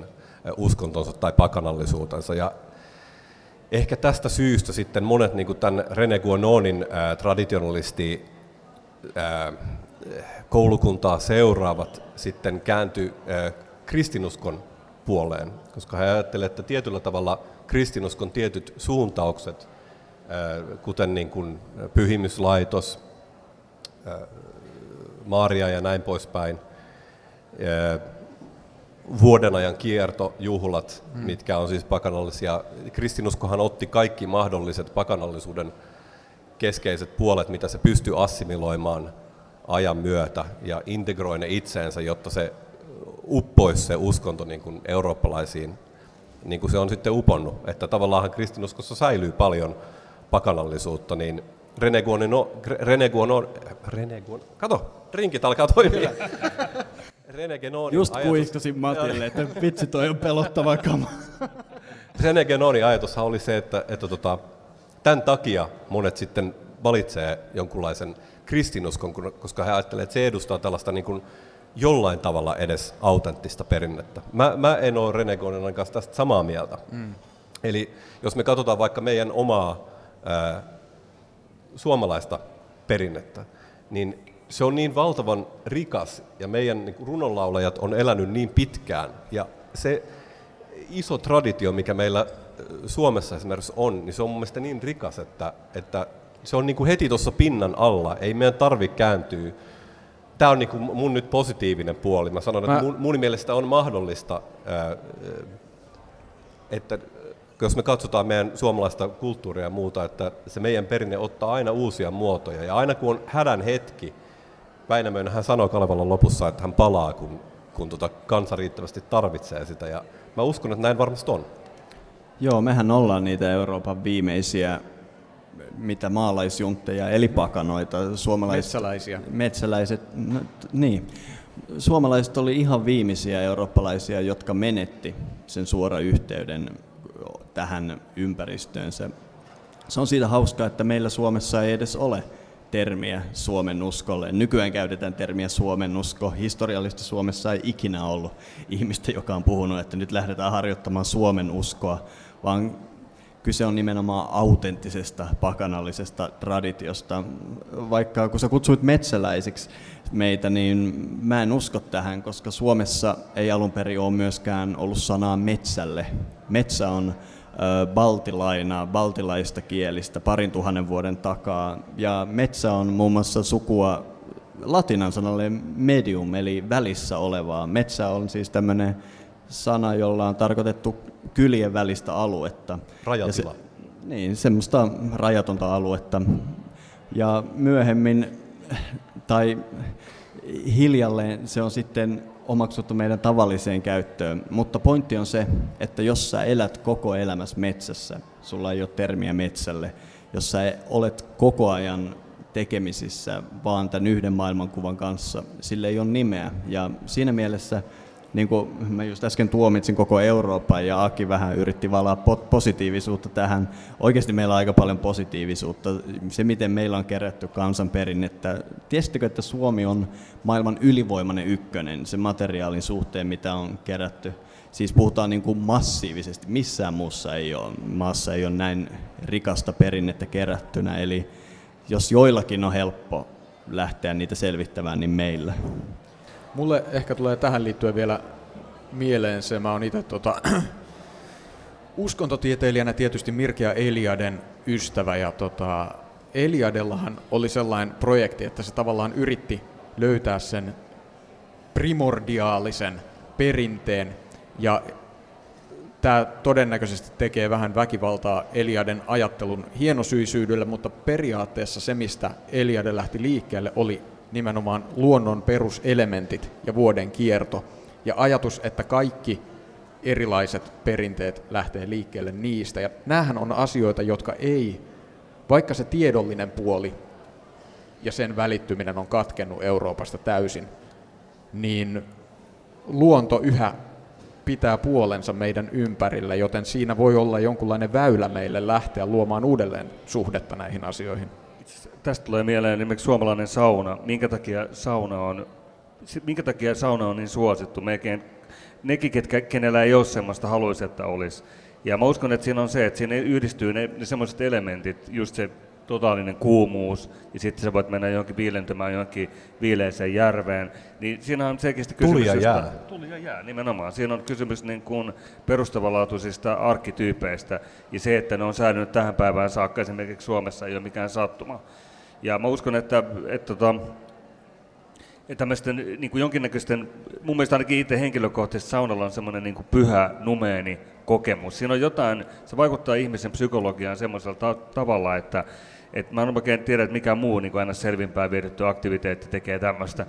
Speaker 3: uskontonsa tai pakanallisuutensa. Ja ehkä tästä syystä sitten monet niin kuin tämän René Guénonin ää, traditionalisti ää, koulukuntaa seuraavat sitten kääntyi ää, kristinuskon puoleen, koska he ajattelevat, että tietyllä tavalla kristinuskon tietyt suuntaukset, ää, kuten niin kuin pyhimyslaitos, ää, Maria ja näin poispäin, ää, vuodenajan kierto, juhlat, mm. mitkä on siis pakanallisia. Kristinuskohan otti kaikki mahdolliset pakanallisuuden keskeiset puolet, mitä se pystyy assimiloimaan ajan myötä ja integroi ne itseensä, jotta se uppoisi se uskonto niin kuin eurooppalaisiin, niin kuin se on sitten uponnut. Että tavallaan kristinuskossa säilyy paljon pakanallisuutta, niin René Guénon, René Guénon, René Guénon, kato, rinkit alkaa toimia. René Guénonin
Speaker 1: Just
Speaker 3: ajatus,
Speaker 1: kuiskasin Matille, että vitsi toi on pelottava kama.
Speaker 3: René Guénonin ajatushan oli se, että, että tota, tämän takia monet sitten valitsee jonkunlaisen kristinuskon, koska he ajattelevat, että se edustaa tällaista niin kuin jollain tavalla edes autenttista perinnettä. Mä, mä en ole René Guénonin kanssa tästä samaa mieltä. Mm. Eli jos me katsotaan vaikka meidän omaa ää, suomalaista perinnettä, niin se on niin valtavan rikas ja meidän niin kuin runonlaulajat on elänyt niin pitkään. Ja se iso traditio, mikä meillä Suomessa esimerkiksi on, niin se on mun mielestä niin rikas, että, että se on niin kuin heti tuossa pinnan alla. Ei meidän tarvitse kääntyä. Tämä on niin kuin mun nyt positiivinen puoli. Mä sanon, että mun, mun mielestä on mahdollista, että jos me katsotaan meidän suomalaista kulttuuria ja muuta, että se meidän perinne ottaa aina uusia muotoja. Ja aina kun on hädän hetki, Väinämöinen hän sanoi Kalevalan lopussa, että hän palaa, kun, kun tota kansa riittävästi tarvitsee sitä. Ja mä uskon, että näin varmasti on.
Speaker 1: Joo, mehän ollaan niitä Euroopan viimeisiä, mitä maalaisjuntteja, eli pakanoita. Suomalaiset,
Speaker 2: metsäläisiä.
Speaker 1: Metsäläiset, no, niin. Suomalaiset oli ihan viimeisiä eurooppalaisia, jotka menetti sen suoran yhteyden tähän ympäristöönsä. Se on siitä hauskaa, että meillä Suomessa ei edes ole termiä Suomen uskolle. Nykyään käytetään termiä Suomen usko. Historiallisesti Suomessa ei ikinä ollut ihmistä, joka on puhunut, että nyt lähdetään harjoittamaan Suomen uskoa, vaan kyse on nimenomaan autenttisesta pakanallisesta traditiosta. Vaikka kun sä kutsuit metsäläisiksi meitä, niin mä en usko tähän, koska Suomessa ei alun perin ole myöskään ollut sanaa metsälle. Metsä on baltilaina, baltilaista kielistä parin tuhannen vuoden takaa. Ja metsä on muun muassa sukua latinan sanalle medium, eli välissä olevaa. Metsä on siis tämmöinen sana, jolla on tarkoitettu kylien välistä aluetta.
Speaker 3: Rajatila.
Speaker 1: Se, niin, semmoista rajatonta aluetta. Ja myöhemmin, tai hiljalleen se on sitten omaksuttu meidän tavalliseen käyttöön, mutta pointti on se, että jos sä elät koko elämässä metsässä, sulla ei ole termiä metsälle, jos sä olet koko ajan tekemisissä vaan tämän yhden maailmankuvan kanssa, sille ei ole nimeä. Ja siinä mielessä, niin kuin mä just äsken tuomitsin koko Euroopan ja Aki vähän yritti valaa positiivisuutta tähän. Oikeasti meillä on aika paljon positiivisuutta. Se, miten meillä on kerätty kansanperinnettä. Tiesittekö, että Suomi on maailman ylivoimainen ykkönen sen materiaalin suhteen, mitä on kerätty? Siis puhutaan niin kuin massiivisesti. Missään muussa ei ole, maassa ei ole näin rikasta perinnettä kerättynä. Eli jos joillakin on helppo lähteä niitä selvittämään, niin meillä.
Speaker 2: Mulle ehkä tulee tähän liittyen vielä mieleen se, mä oon itse tota, uskontotieteilijänä tietysti Mircea Eliaden ystävä, ja tota, Eliadellahan oli sellainen projekti, että se tavallaan yritti löytää sen primordiaalisen perinteen, ja tämä todennäköisesti tekee vähän väkivaltaa Eliaden ajattelun hienosyisyydelle, mutta periaatteessa se, mistä Eliade lähti liikkeelle, oli nimenomaan luonnon peruselementit ja vuoden kierto. Ja ajatus, että kaikki erilaiset perinteet lähtee liikkeelle niistä. Ja näähän on asioita, jotka ei, vaikka se tiedollinen puoli ja sen välittyminen on katkennut Euroopasta täysin, niin luonto yhä pitää puolensa meidän ympärillä, joten siinä voi olla jonkunlainen väylä meille lähteä luomaan uudelleen suhdetta näihin asioihin.
Speaker 5: Tästä tulee mieleen esimerkiksi suomalainen sauna. Minkä takia sauna on, minkä takia sauna on niin suosittu? Melkein nekin, ketkä, kenellä ei ole semmoista, haluaisi, että olisi. Ja mä uskon, että siinä on se, että siinä yhdistyy ne, ne semmoiset elementit, just se totaalinen kuumuus, ja sitten sä voit mennä johonkin viilentymään johonkin viileeseen järveen, niin siinä on selkeästi kysymys...
Speaker 3: Tuli ja jää.
Speaker 5: Josta, tuli ja jää, nimenomaan. Siinä on kysymys niin kuin perustavanlaatuisista arkkityypeistä, ja se, että ne on säilynyt tähän päivään saakka esimerkiksi Suomessa, ei ole mikään sattuma. Ja mä uskon, että, että, että, että tämmöisten niin kuin jonkinnäköisten, mun mielestä ainakin itse henkilökohtaisesti saunalla on semmoinen niin kuin pyhä numeeni kokemus. Siinä on jotain, se vaikuttaa ihmisen psykologiaan semmoisella ta- tavalla, että et mä en oikein tiedä, että mikä muu niin kuin aina selvinpäin vietetty aktiviteetti tekee tämmöistä.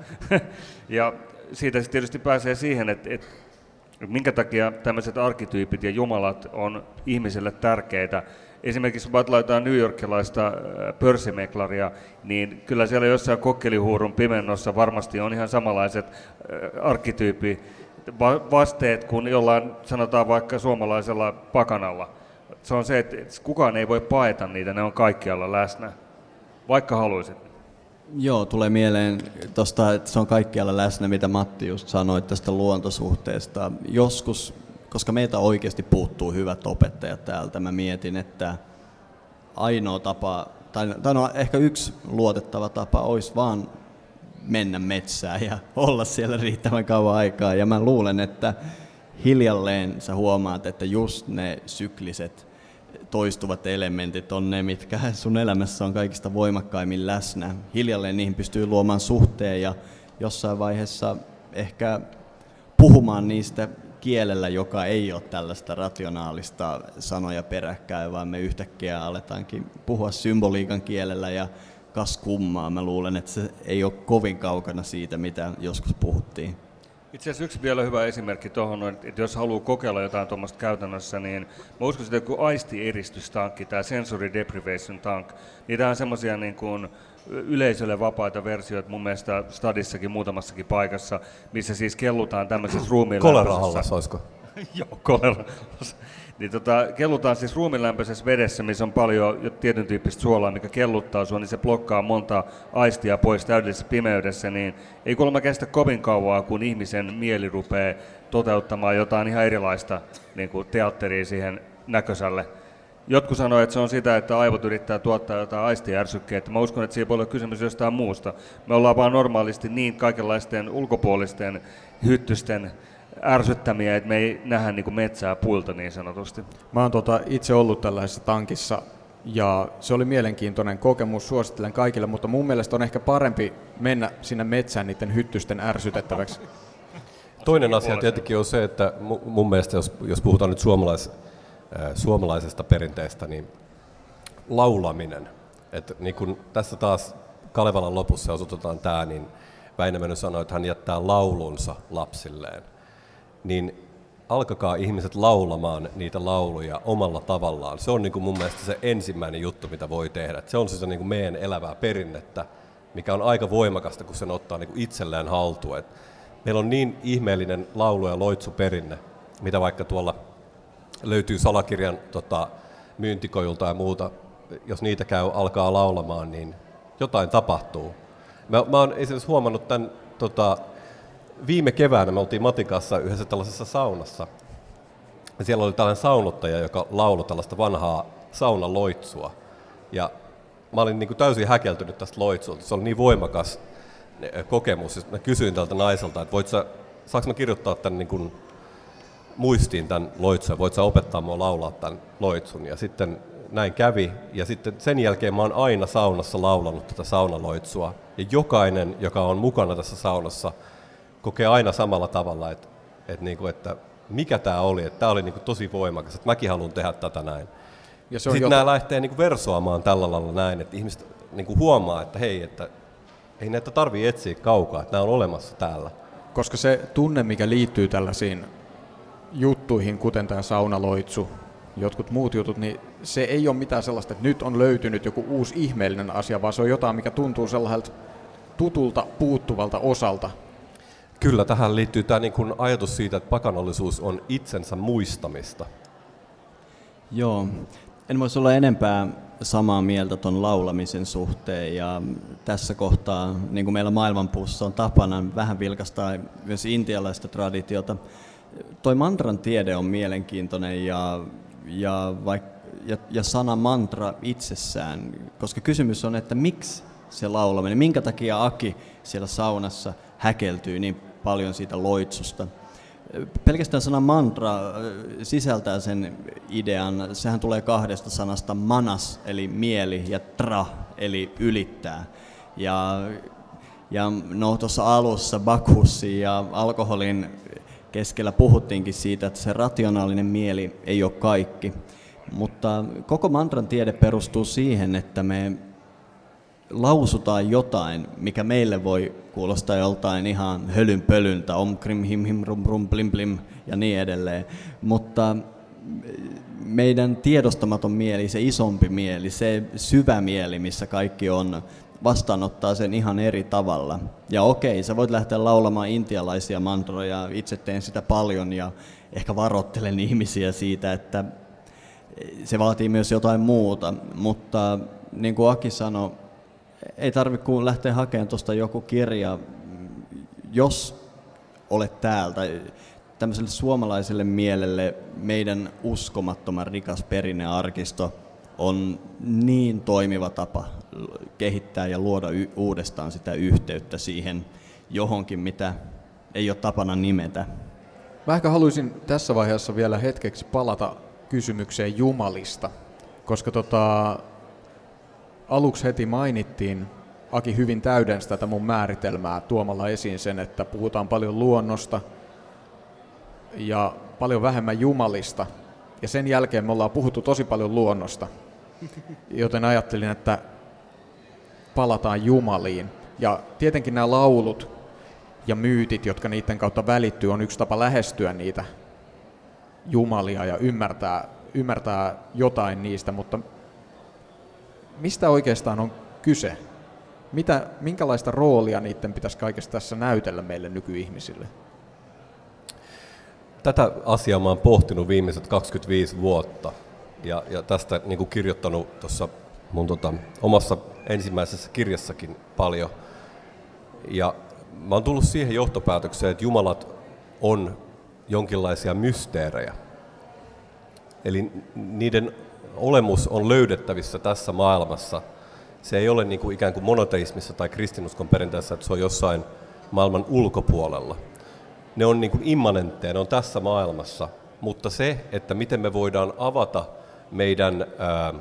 Speaker 5: Ja siitä sitten tietysti pääsee siihen, että, että minkä takia tämmöiset arkkityypit ja jumalat on ihmiselle tärkeitä. Esimerkiksi kun ajatellaan New Yorkilaista pörssimeklaria, niin kyllä siellä jossain kokkelihuurun pimennossa varmasti on ihan samanlaiset arkkityypit, vasteet kuin jollain, sanotaan vaikka suomalaisella pakanalla. Se on se, että kukaan ei voi paeta niitä, ne on kaikkialla läsnä, vaikka haluaisit.
Speaker 1: Joo, tulee mieleen tuosta, että se on kaikkialla läsnä, mitä Matti just sanoi tästä luontosuhteesta. Joskus, koska meitä oikeasti puuttuu hyvät opettajat täältä, mä mietin, että ainoa tapa, tai, tai no, ehkä yksi luotettava tapa olisi vaan mennä metsään ja olla siellä riittävän kauan aikaa. Ja mä luulen, että hiljalleen sä huomaat, että just ne sykliset toistuvat elementit on ne, mitkä sun elämässä on kaikista voimakkaimmin läsnä. Hiljalleen niihin pystyy luomaan suhteen ja jossain vaiheessa ehkä puhumaan niistä kielellä, joka ei ole tällaista rationaalista sanoja peräkkäin, vaan me yhtäkkiä aletaankin puhua symboliikan kielellä ja kas kummaa. Mä luulen, että se ei ole kovin kaukana siitä, mitä joskus puhuttiin.
Speaker 5: Itse asiassa yksi vielä hyvä esimerkki tuohon, että jos haluaa kokeilla jotain tuommoista käytännössä, niin mä uskon, että joku aisti-eristystankki, tämä sensory deprivation tank, niin tämä on semmoisia niin kuin yleisölle vapaita versioita mun mielestä stadissakin muutamassakin paikassa, missä siis kellutaan tämmöisessä ruumiinlämpöisessä...
Speaker 3: Kolerahallas, olisiko?
Speaker 5: Joo, kolerahallas. Niin tota, kellutaan siis ruumiinlämpöisessä vedessä, missä on paljon tietyn tyyppistä suolaa, mikä kelluttaa sua, niin se blokkaa monta aistia pois täydellisessä pimeydessä, niin ei kuulemma kestä kovin kauaa, kun ihmisen mieli rupeaa toteuttamaan jotain ihan erilaista niin kuin teatteria siihen näköiselle. Jotkut sanoo, että se on sitä, että aivot yrittää tuottaa jotain aistijärsykkeitä. Mä uskon, että siinä voi olla kysymys jostain muusta. Me ollaan vaan normaalisti niin kaikenlaisten ulkopuolisten hyttysten ärsyttämiä, että me ei nähdä niin kuin metsää puilta niin sanotusti.
Speaker 2: Mä oon tota itse ollut tällaisessa tankissa ja se oli mielenkiintoinen kokemus, suosittelen kaikille, mutta mun mielestä on ehkä parempi mennä sinne metsään niiden hyttysten ärsytettäväksi.
Speaker 3: Toinen asia tietenkin on se, että mun mielestä jos, jos puhutaan nyt suomalais, äh, suomalaisesta perinteestä, niin laulaminen. Et niin kun tässä taas Kalevalan lopussa osoitetaan tämä, niin Väinämöinen sanoi, että hän jättää laulunsa lapsilleen. Niin alkakaa ihmiset laulamaan niitä lauluja omalla tavallaan. Se on niin kuin mun mielestä se ensimmäinen juttu, mitä voi tehdä. Se on siis niin kuin meidän elävää perinnettä, mikä on aika voimakasta, kun sen ottaa niin kuin itselleen haltuun. Et meillä on niin ihmeellinen laulu- ja loitsuperinne, mitä vaikka tuolla löytyy salakirjan tota, myyntikojulta ja muuta. Jos niitä käy, alkaa laulamaan, niin jotain tapahtuu. Mä, mä oon esimerkiksi huomannut tämän... Tota, Viime keväänä me oltiin Matin kanssa yhdessä tällaisessa saunassa. Ja siellä oli tällainen saunottaja, joka lauloi tällaista vanhaa saunaloitsua. Ja mä olin niin kuin täysin häkeltynyt tästä loitsulta. Se oli niin voimakas kokemus. Mä kysyin tältä naiselta, että voit sä, saanko mä kirjoittaa tämän niin kuin muistiin tämän loitsun, voit sä opettaa mua laulaa tämän loitsun. Ja sitten näin kävi. Ja sitten sen jälkeen mä oon aina saunassa laulanut tätä saunaloitsua. Ja jokainen, joka on mukana tässä saunassa, kokee aina samalla tavalla, että, että, niin kuin, että mikä tämä oli, että tämä oli niin kuin tosi voimakas, että mäkin haluan tehdä tätä näin. Ja se on sitten jota... nämä lähtee niin kuin versoamaan tällä lailla näin, että ihmiset niin kuin huomaa, että hei, että ei näitä tarvitse etsiä kaukaa, että nämä on olemassa täällä.
Speaker 2: Koska se tunne, mikä liittyy tällaisiin juttuihin, kuten tämä saunaloitsu, jotkut muut jutut, niin se ei ole mitään sellaista, että nyt on löytynyt joku uusi ihmeellinen asia, vaan se on jotain, mikä tuntuu sellaiselta tutulta, puuttuvalta osalta.
Speaker 3: Kyllä, tähän liittyy tämä niin kuin ajatus siitä, että pakanallisuus on itsensä muistamista.
Speaker 1: Joo, en voisi olla enempää samaa mieltä tuon laulamisen suhteen, ja tässä kohtaa, niin kuin meillä Maailmanpuussa on tapana, vähän vilkastaa myös intialaista traditiota. toi mantran tiede on mielenkiintoinen ja, ja, vaik, ja, ja sana mantra itsessään, koska kysymys on, että miksi se laulaminen, minkä takia Aki siellä saunassa häkeltyy niin paljon siitä loitsusta. Pelkästään sana mantra sisältää sen idean, sehän tulee kahdesta sanasta manas eli mieli ja tra eli ylittää. Ja, ja no tuossa alussa bakhussin ja alkoholin keskellä puhuttiinkin siitä, että se rationaalinen mieli ei ole kaikki, mutta koko mantran tiede perustuu siihen, että me lausutaan jotain, mikä meille voi kuulostaa joltain ihan hölynpölyntä, om krim him him rum rum blim blim ja niin edelleen, mutta meidän tiedostamaton mieli, se isompi mieli, se syvä mieli, missä kaikki on, vastaanottaa sen ihan eri tavalla. Ja okei, sä voit lähteä laulamaan intialaisia mantroja, itse teen sitä paljon ja ehkä varoittelen ihmisiä siitä, että se vaatii myös jotain muuta, mutta niin kuin Aki sanoi, ei tarvitse kuin lähteä hakemaan tuosta joku kirja, jos olet täältä. Tämmöiselle suomalaiselle mielelle meidän uskomattoman rikas perinnearkisto on niin toimiva tapa kehittää ja luoda y- uudestaan sitä yhteyttä siihen johonkin, mitä ei ole tapana nimetä.
Speaker 2: Mä ehkä haluaisin tässä vaiheessa vielä hetkeksi palata kysymykseen jumalista, koska tota, aluksi heti mainittiin, Aki hyvin täydensi tätä mun määritelmää tuomalla esiin sen, että puhutaan paljon luonnosta ja paljon vähemmän jumalista. Ja sen jälkeen me ollaan puhuttu tosi paljon luonnosta, joten ajattelin, että palataan jumaliin. Ja tietenkin nämä laulut ja myytit, jotka niiden kautta välittyy, on yksi tapa lähestyä niitä jumalia ja ymmärtää, ymmärtää jotain niistä, mutta mistä oikeastaan on kyse? Mitä, minkälaista roolia niiden pitäisi kaikessa tässä näytellä meille nykyihmisille?
Speaker 3: Tätä asiaa mä oon pohtinut viimeiset kaksikymmentäviisi vuotta ja, ja tästä niin kuin kirjoittanut tuossa mun tota, omassa ensimmäisessä kirjassakin paljon. Ja mä oon tullut siihen johtopäätökseen, että jumalat on jonkinlaisia mysteerejä. Eli niiden olemus on löydettävissä tässä maailmassa. Se ei ole niin kuin ikään kuin monoteismissa tai kristinuskon perinteessä, että se on jossain maailman ulkopuolella. Ne on niin kuin immanentteja, ne on tässä maailmassa, mutta se, että miten me voidaan avata meidän ää,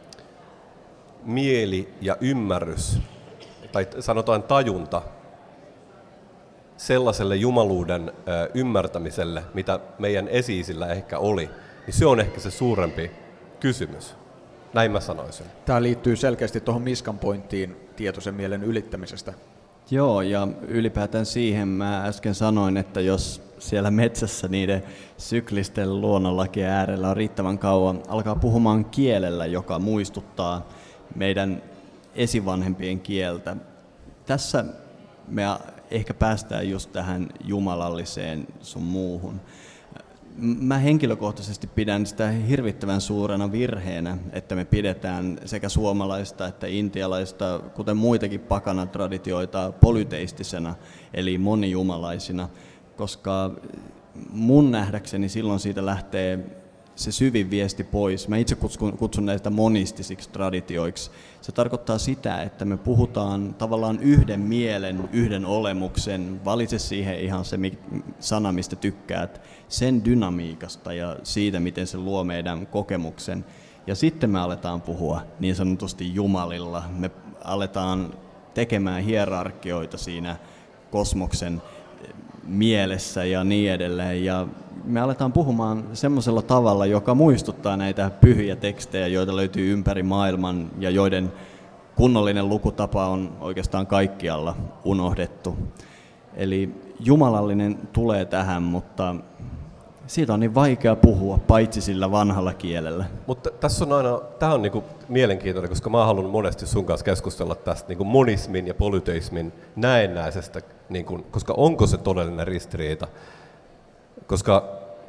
Speaker 3: mieli ja ymmärrys, tai sanotaan tajunta, sellaiselle jumaluuden ää, ymmärtämiselle, mitä meidän esi-isillä ehkä oli, niin se on ehkä se suurempi kysymys. Näin mä sanoisin.
Speaker 2: Tämä liittyy selkeästi tuohon Miskan pointtiin tietoisen mielen ylittämisestä.
Speaker 1: Joo, ja ylipäätään siihen mä äsken sanoin, että jos siellä metsässä niiden syklisten luonnonlakien äärellä on riittävän kauan, alkaa puhumaan kielellä, joka muistuttaa meidän esivanhempien kieltä. Tässä me ehkä päästään just tähän jumalalliseen sun muuhun. Mä henkilökohtaisesti pidän sitä hirvittävän suurena virheenä, että me pidetään sekä suomalaista että intialaista, kuten muitakin pakanatraditioita, polyteistisena, eli monijumalaisina, koska mun nähdäkseni silloin siitä lähtee se syvin viesti pois. Mä itse kutsun, kutsun näitä monistisiksi traditioiksi. Se tarkoittaa sitä, että me puhutaan tavallaan yhden mielen, yhden olemuksen, valitse siihen ihan se sana, mistä tykkäät, sen dynamiikasta ja siitä, miten se luo meidän kokemuksen. Ja sitten me aletaan puhua niin sanotusti jumalilla. Me aletaan tekemään hierarkioita siinä kosmoksen mielessä ja niin edelleen. Ja me aletaan puhumaan semmoisella tavalla, joka muistuttaa näitä pyhiä tekstejä, joita löytyy ympäri maailman ja joiden kunnollinen lukutapa on oikeastaan kaikkialla unohdettu. Eli jumalallinen tulee tähän, mutta siitä on niin vaikea puhua, paitsi sillä vanhalla kielellä.
Speaker 3: Mutta tässä on aina, tämä on niinku mielenkiintoinen, koska mä haluan monesti sun kanssa keskustella tästä niinku monismin ja polyteismin näennäisestä, niinku, koska onko se todellinen ristiriita? Koska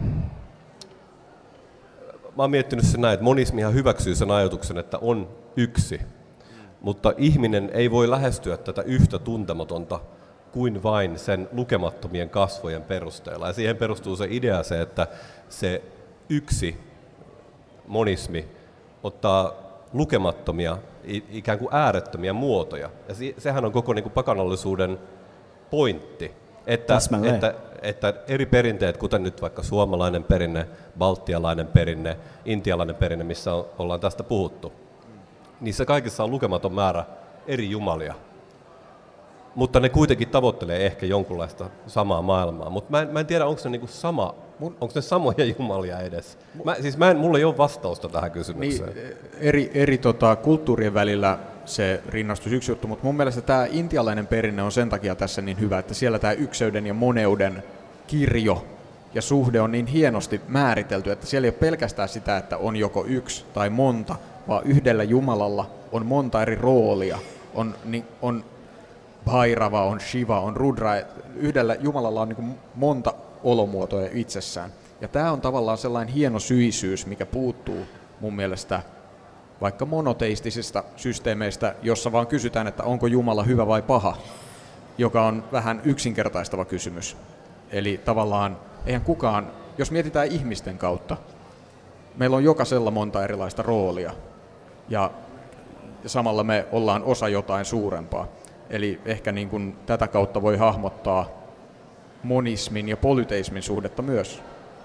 Speaker 3: mä oon miettinyt sen näin, että monismihan hyväksyy sen ajatuksen, että on yksi, mutta ihminen ei voi lähestyä tätä yhtä tuntematonta kuin vain sen lukemattomien kasvojen perusteella. Ja siihen perustuu se idea se, että se yksi monismi ottaa lukemattomia, ikään kuin äärettömiä muotoja. Ja sehän on koko niin kuin pakanallisuuden pointti, että, että, että eri perinteet, kuten nyt vaikka suomalainen perinne, baltialainen perinne, intialainen perinne, missä on, ollaan tästä puhuttu, niissä kaikissa on lukematon määrä eri jumalia. Mutta ne kuitenkin tavoittelee ehkä jonkunlaista samaa maailmaa. Mutta mä, mä en tiedä, onko ne niinku sama, onko ne samoja jumalia edes. Mä, siis mä en, mulla ei ole vastausta tähän kysymykseen.
Speaker 2: Niin, eri eri tota, kulttuurien välillä se rinnastus yksi juttu, mutta mun mielestä tämä intialainen perinne on sen takia tässä niin hyvä, että siellä tämä ykseyden ja moneuden kirjo ja suhde on niin hienosti määritelty, että siellä ei ole pelkästään sitä, että on joko yksi tai monta, vaan yhdellä Jumalalla on monta eri roolia. On, niin, on Bhairava, on Shiva, on Rudra. Yhdellä Jumalalla on niin kuin monta olomuotoja itsessään. Ja tämä on tavallaan sellainen hieno syisyys, mikä puuttuu mun mielestä vaikka monoteistisista systeemeistä, jossa vaan kysytään, että onko Jumala hyvä vai paha, joka on vähän yksinkertaistava kysymys. Eli tavallaan eihän kukaan, jos mietitään ihmisten kautta, meillä on jokaisella monta erilaista roolia ja samalla me ollaan osa jotain suurempaa. Eli ehkä niin kuin tätä kautta voi hahmottaa monismin ja polyteismin suhdetta myös.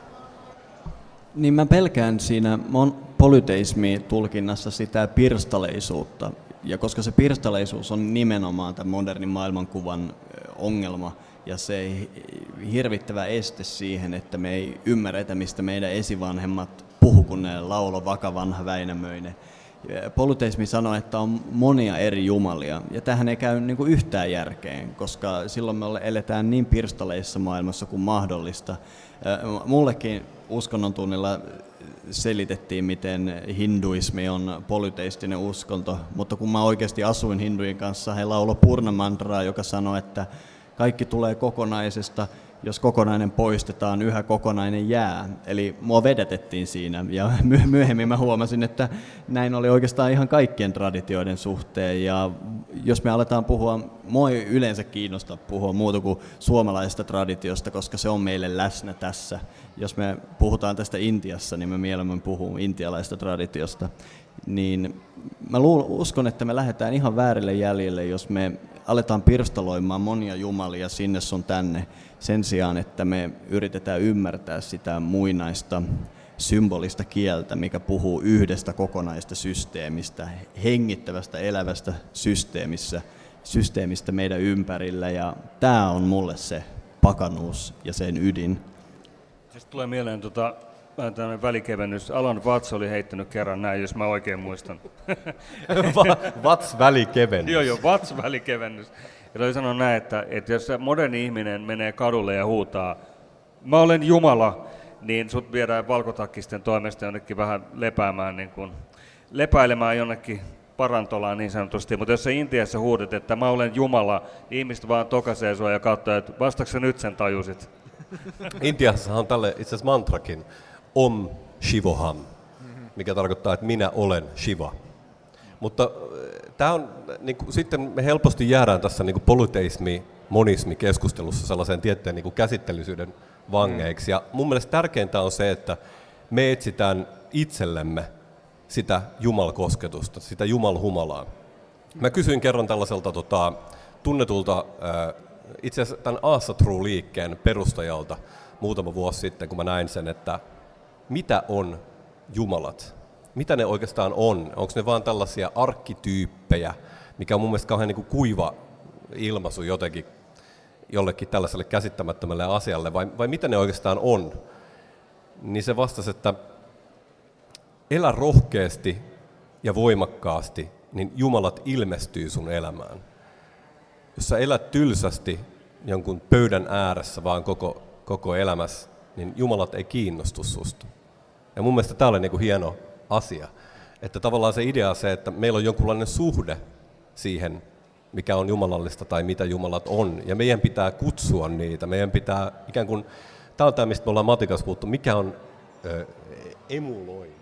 Speaker 1: Niin mä pelkään siinä mon- polyteismi-tulkinnassa sitä pirstaleisuutta. Ja koska se pirstaleisuus on nimenomaan tämän modernin maailmankuvan ongelma ja se hirvittävä este siihen, että me ei ymmärretä, mistä meidän esivanhemmat puhu, kun ne laulo vakavanha Väinämöinen. Polyteismi sanoo, että on monia eri jumalia, ja tähän ei käy niin kuin yhtään järkeen, koska silloin me eletään niin pirstaleissa maailmassa kuin mahdollista. Mullekin uskonnon tunnilla selitettiin, miten hinduismi on polyteistinen uskonto, mutta kun mä oikeasti asuin hindujen kanssa, he lauloi Purnamantraa, joka sanoi, että kaikki tulee kokonaisesta, jos kokonainen poistetaan, yhä kokonainen jää. Eli mua vedetettiin siinä, ja myöhemmin mä huomasin, että näin oli oikeastaan ihan kaikkien traditioiden suhteen. Ja jos me aletaan puhua, mua ei yleensä kiinnosta puhua muuta kuin suomalaisesta traditiosta, koska se on meille läsnä tässä. Jos me puhutaan tästä Intiassa, niin mä mieluummin puhun intialaisesta traditiosta. Niin mä uskon, että me lähdetään ihan väärille jäljille, jos me aletaan pirstaloimaan monia jumalia sinne sun tänne, sen sijaan, että me yritetään ymmärtää sitä muinaista symbolista kieltä, mikä puhuu yhdestä kokonaista systeemistä, hengittävästä, elävästä systeemistä, systeemistä meidän ympärillä. Ja tämä on mulle se pakanuus ja sen ydin.
Speaker 5: Sitten tulee mieleen tota, vähän tämmöinen välikevennys. Alan Watts oli heittänyt kerran näin, jos mä oikein muistan.
Speaker 3: Watts välikevennys.
Speaker 5: Joo, joo, Watts välikevennys. Ja oli sanonut näin, että, että jos moderni ihminen menee kadulle ja huutaa, mä olen Jumala, niin sut viedään valkotakkisten toimesta jonnekin vähän lepäämään, niin kuin, lepäilemään jonnekin parantolaan niin sanotusti. Mutta jos sä Intiassa huudat, että mä olen Jumala, niin ihmiset vaan tokaisee sua ja katsoo, että vastaako sä nyt sen tajusit?
Speaker 3: Intiassahan on tälle itse asiassa mantrakin, Om Shivoham, mikä tarkoittaa, että minä olen Shiva. Mutta tämä on, niin kuin, sitten me helposti jäädään tässä niin kuin polyteismi, monismi keskustelussa sellaiseen tiettyyn niin kuin käsittelysyyden vangeiksi. Ja mun mielestä tärkeintä on se, että me etsitään itsellemme sitä jumalkosketusta, sitä jumalhumalaa. Mä kysyin kerran tällaiselta tota, tunnetulta, ää, itse asiassa tämän Asa True-liikkeen perustajalta muutama vuosi sitten, kun mä näin sen, että mitä on jumalat? Mitä ne oikeastaan on? Onko ne vaan tällaisia arkkityyppejä, mikä on mun mielestä kauhean niin kuin kuiva ilmaisu jotenkin jollekin tällaiselle käsittämättömälle asialle, vai, vai mitä ne oikeastaan on? Niin se vastasi, että elä rohkeasti ja voimakkaasti, niin jumalat ilmestyy sun elämään. Jos sä elät tylsästi jonkun pöydän ääressä vaan koko, koko elämässä, niin jumalat ei kiinnostu susta. Ja mun mielestä tämä oli niin kuin hieno asia. Että tavallaan se idea on se, että meillä on jonkunlainen suhde siihen, mikä on jumalallista tai mitä jumalat on. Ja meidän pitää kutsua niitä. Meidän pitää ikään kuin, tämä on tämä, mistä me ollaan matikassa puhuttu, mikä on ö, emuloida.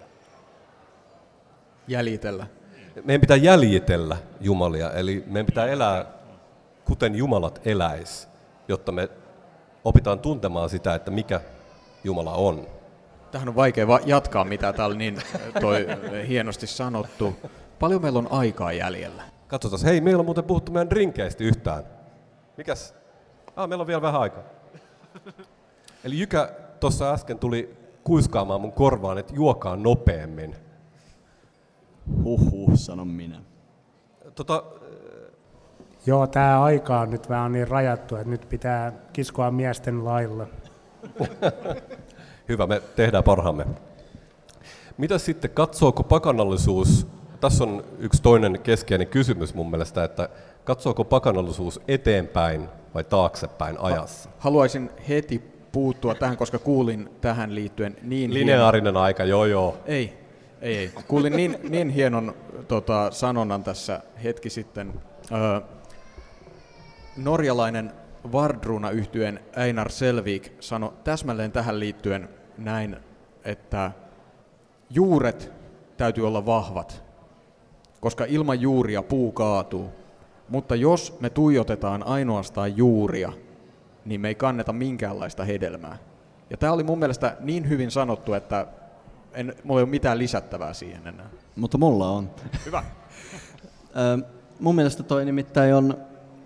Speaker 2: Jäljitellä.
Speaker 3: Meidän pitää jäljitellä jumalia, eli meidän pitää elää kuten jumalat eläis, jotta me opitaan tuntemaan sitä, että mikä Jumala on.
Speaker 2: Tähän on vaikea va- jatkaa, mitä täällä niin toi hienosti sanottu. Paljon meillä on aikaa jäljellä?
Speaker 3: Katsotaan, hei, meillä on muuten puhuttu meidän drinkeistä yhtään. Mikäs? Ah, meillä on vielä vähän aikaa. Eli Jykä tuossa äsken tuli kuiskaamaan mun korvaan, että juokaa nopeammin.
Speaker 1: Huhhuh, sanon minä.
Speaker 3: Tota,
Speaker 4: Joo, tämä aika on nyt vähän niin rajattu, että nyt pitää kiskoa miesten lailla.
Speaker 3: hyvä, me tehdään parhaamme. Mitä sitten, katsooko pakanallisuus, tässä on yksi toinen keskeinen kysymys mun mielestä, että katsooko pakanallisuus eteenpäin vai taaksepäin ajassa?
Speaker 2: Haluaisin heti puuttua tähän, koska kuulin tähän liittyen niin
Speaker 3: Lineaarinen
Speaker 2: hienon...
Speaker 3: aika, joo joo.
Speaker 2: Ei, ei, ei. Kuulin niin, niin hienon tota, sanonnan tässä hetki sitten. Öö, norjalainen Vardruna-yhtyeen Einar Selvik sanoi täsmälleen tähän liittyen näin, että juuret täytyy olla vahvat, koska ilman juuria puu kaatuu. Mutta jos me tuijotetaan ainoastaan juuria, niin me ei kanneta minkäänlaista hedelmää. Ja tämä oli mun mielestä niin hyvin sanottu, että en, mulla ei ole mitään lisättävää siihen enää.
Speaker 1: Mutta mulla on.
Speaker 2: Hyvä.
Speaker 1: Mun mielestä toi nimittäin on,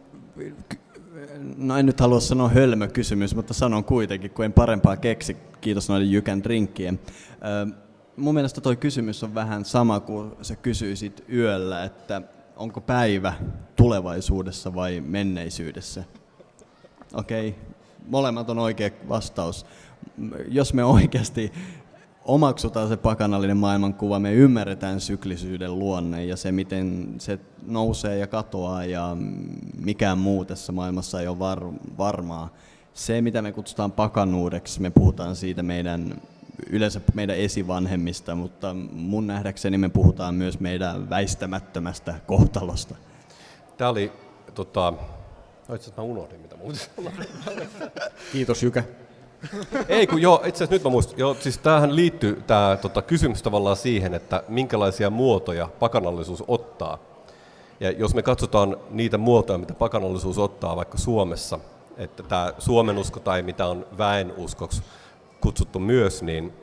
Speaker 1: no en nyt halua sanoa hölmö kysymys, mutta sanon kuitenkin, kun en parempaa keksi, kiitos noiden Jykän drinkkien. Mun mielestä toi kysymys on vähän sama kuin sä kysyisit yöllä, että onko päivä tulevaisuudessa vai menneisyydessä? Okei, okay. Molemmat on oikea vastaus. Jos me oikeasti omaksutaan se pakanallinen maailmankuva, me ymmärretään syklisyyden luonne ja se, miten se nousee ja katoaa ja mikään muu tässä maailmassa ei ole var- varmaa. Se, mitä me kutsutaan pakanuudeksi, me puhutaan siitä meidän, yleensä meidän esivanhemmista, mutta mun nähdäkseni me puhutaan myös meidän väistämättömästä kohtalosta.
Speaker 3: Tämä oli, tota, no itse asiassa mä unohdin, mitä muuta sanoa.
Speaker 2: Kiitos Jykä.
Speaker 3: Ei kun joo, itse asiassa nyt mä muistan, joo, siis tämähän liittyy tämä tota, kysymys tavallaan siihen, että minkälaisia muotoja pakanallisuus ottaa. Ja jos me katsotaan niitä muotoja, mitä pakanallisuus ottaa vaikka Suomessa, että tämä Suomenusko tai mitä on väenuskoksi kutsuttu myös, niin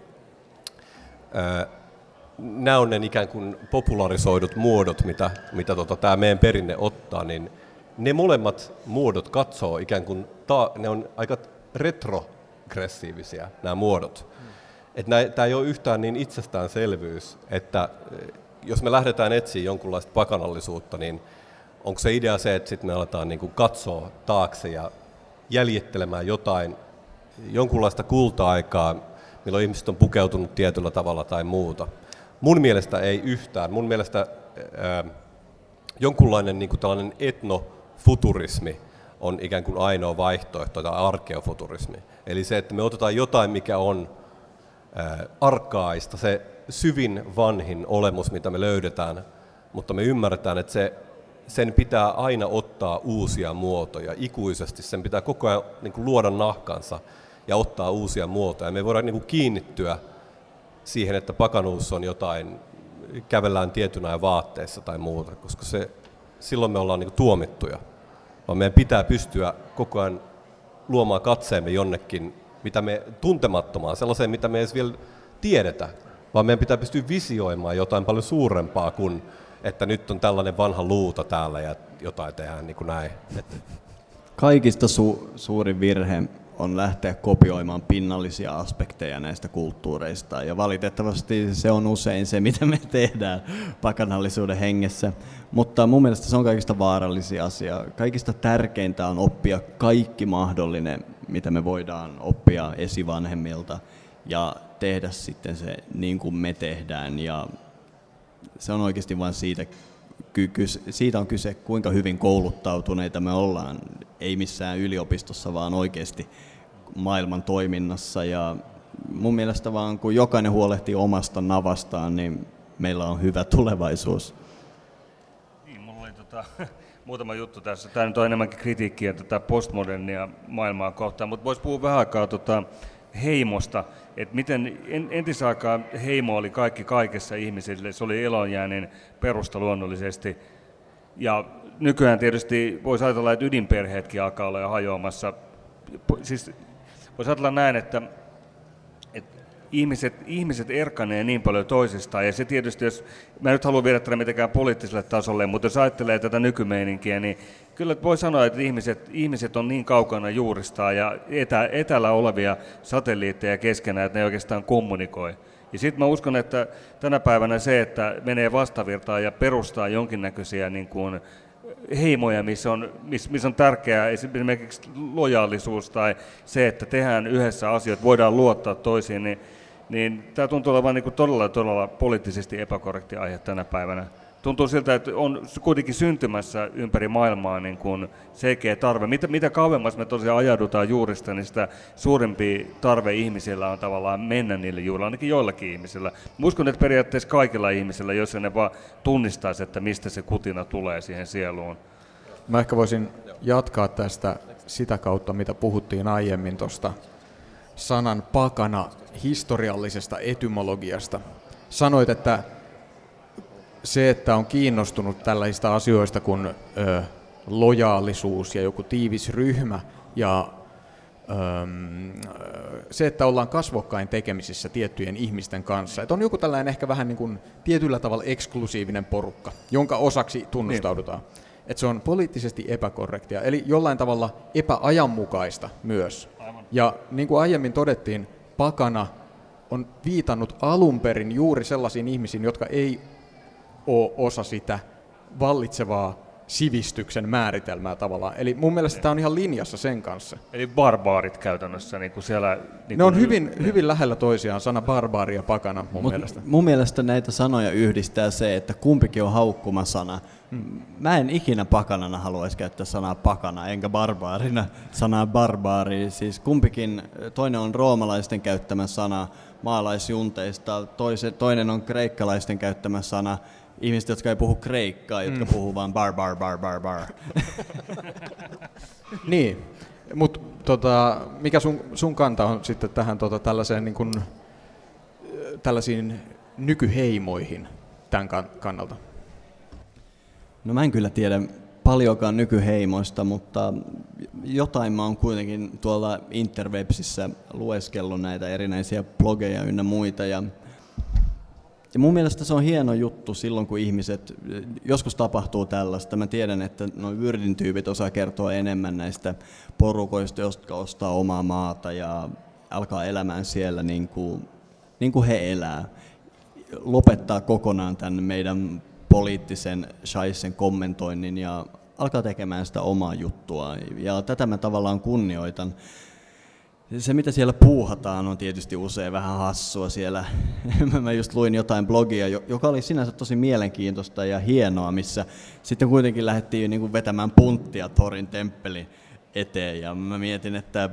Speaker 3: ää, nämä on ne ikään kuin popularisoidut muodot, mitä, mitä tota, tämä meidän perinne ottaa, niin ne molemmat muodot katsoo ikään kuin, ta, ne on aika retrogressiivisia nämä muodot. Mm. Tämä ei ole yhtään niin itsestäänselvyys, että jos me lähdetään etsiä jonkunlaista pakanallisuutta, niin onko se idea se, että sitten me aletaan niin kuin katsoa taakse ja jäljittelemään jotain, jonkunlaista kulta-aikaa, milloin ihmiset on pukeutunut tietyllä tavalla tai muuta. Mun mielestä ei yhtään. Mun mielestä ää, jonkunlainen niin kuin tällainen etnofuturismi on ikään kuin ainoa vaihtoehto, tai arkeofuturismi. Eli se, että me otetaan jotain, mikä on ää, arkaista, se syvin vanhin olemus, mitä me löydetään, mutta me ymmärretään, että se, sen pitää aina ottaa uusia muotoja ikuisesti. Sen pitää koko ajan niin kuin luoda nahkansa ja ottaa uusia muotoja. Me ei voida niin kuin kiinnittyä siihen, että pakanuus on jotain, kävellään tietynä vaatteissa tai muuta, koska se, silloin me ollaan niin kuin tuomittuja. Vaan meidän pitää pystyä koko ajan luomaan katseemme jonnekin, mitä me tuntemattomaan, sellaiseen, mitä me ei edes vielä tiedetä, vaan meidän pitää pystyä visioimaan jotain paljon suurempaa kuin, että nyt on tällainen vanha luuta täällä ja jotain tehdään niin kuin näin.
Speaker 1: Kaikista su- suurin virhe on lähteä kopioimaan pinnallisia aspekteja näistä kulttuureista, ja valitettavasti se on usein se, mitä me tehdään pakanallisuuden hengessä. Mutta mun mielestä se on kaikista vaarallisia asia. Kaikista tärkeintä on oppia kaikki mahdollinen, mitä me voidaan oppia esivanhemmilta, ja tehdä sitten se niin kuin me tehdään. Ja se on oikeasti vain siitä, siitä on kyse, kuinka hyvin kouluttautuneita me ollaan. Ei missään yliopistossa, vaan oikeasti maailman toiminnassa. Ja mun mielestä vaan kun jokainen huolehtii omasta navastaan, niin meillä on hyvä tulevaisuus.
Speaker 5: Niin, mulla oli tota, muutama juttu tässä. Tämä nyt on enemmänkin kritiikkiä tätä postmodernia maailmaa kohtaan, mutta voisi puhua vähän aikaa tota, heimosta, että miten entisaikaan heimo oli kaikki kaikessa ihmisille, se oli elonjääneen perusta luonnollisesti. Ja nykyään tietysti voisi ajatella, että ydinperheetkin alkaa olla jo hajoamassa. Siis voisi ajatella näin, että, että ihmiset, ihmiset erkanee niin paljon toisistaan, ja se tietysti, jos, mä en nyt halua viedä tätä mitenkään poliittiselle tasolle, mutta jos ajattelee tätä nykymeininkiä, niin kyllä voi sanoa, että ihmiset, ihmiset on niin kaukana juuristaan ja etä, etäällä olevia satelliitteja keskenään, että ne oikeastaan kommunikoi. Ja sitten mä uskon, että tänä päivänä se, että menee vastavirtaan ja perustaa jonkinnäköisiä niin kuin heimoja, missä on, missä, missä on tärkeää esimerkiksi lojaalisuus tai se, että tehdään yhdessä asioita, voidaan luottaa toisiin, niin, niin tämä tuntuu olevan niin kuin todella, todella poliittisesti epäkorrekti aihe tänä päivänä. Tuntuu siltä, että on kuitenkin syntymässä ympäri maailmaa niin kuin selkeä tarve. Mitä, mitä kauemmas me tosiaan ajaudutaan juurista, niin sitä suurempi tarve ihmisillä on tavallaan mennä niille juurille, ainakin joillakin ihmisillä. Mä uskon, että periaatteessa kaikilla ihmisillä, jos ne vaan tunnistaisi, että mistä se kutina tulee siihen sieluun.
Speaker 2: Mä ehkä voisin jatkaa tästä sitä kautta, mitä puhuttiin aiemmin tuosta sanan pakana historiallisesta etymologiasta. Sanoit, että se, että on kiinnostunut tällaisista asioista kuin ö, lojaalisuus ja joku tiivis ryhmä ja ö, se, että ollaan kasvokkain tekemisissä tiettyjen ihmisten kanssa. Että on joku tällainen ehkä vähän niin kuin tietyllä tavalla eksklusiivinen porukka, jonka osaksi tunnustaudutaan. Niin. Että se on poliittisesti epäkorrektia, eli jollain tavalla epäajanmukaista myös. Aivan. Ja niin kuin aiemmin todettiin, pakana on viitannut alun perin juuri sellaisiin ihmisiin, jotka ei ole osa sitä vallitsevaa sivistyksen määritelmää tavallaan. Eli mun mielestä tämä on ihan linjassa sen kanssa.
Speaker 5: Eli barbaarit käytännössä niin kuin siellä... Niin
Speaker 2: ne on hyvin, hyvin lähellä toisiaan, sana barbaari ja pakana mun
Speaker 1: Mut
Speaker 2: mielestä.
Speaker 1: Mun mielestä näitä sanoja yhdistää se, että kumpikin on haukkuma sana. Hmm. Mä en ikinä pakanana haluaisi käyttää sanaa pakana, enkä barbaarina sanaa barbaari. Siis kumpikin, toinen on roomalaisten käyttämä sana maalaisjunteista, toise, toinen on kreikkalaisten käyttämä sana ihmiset, jotka ei puhu kreikkaa, jotka mm. puhuu vaan bar, bar, bar, bar, bar.
Speaker 2: Niin, mutta tota, mikä sun, sun kanta on sitten tähän tota, tällaiseen, niin kun, tällaisiin nykyheimoihin tämän kannalta?
Speaker 1: No mä en kyllä tiedä paljonkaan nykyheimoista, mutta jotain mä oon kuitenkin tuolla interwebsissä lueskellut näitä erinäisiä blogeja ynnä muita. Ja, ja mun mielestä se on hieno juttu silloin, kun ihmiset, joskus tapahtuu tällaista. Mä tiedän, että nuo Vyrdin tyypit osaa kertoa enemmän näistä porukoista, jotka ostaa omaa maata ja alkaa elämään siellä niin kuin, niin kuin he elää. Lopettaa kokonaan tämän meidän poliittisen shaisen kommentoinnin ja alkaa tekemään sitä omaa juttua. Ja tätä mä tavallaan kunnioitan. Se, mitä siellä puuhataan, on tietysti usein vähän hassua siellä. Mä just luin jotain blogia, joka oli sinänsä tosi mielenkiintoista ja hienoa, missä sitten kuitenkin lähdettiin niin kuin vetämään punttia Thorin temppelin eteen. Ja mä mietin, että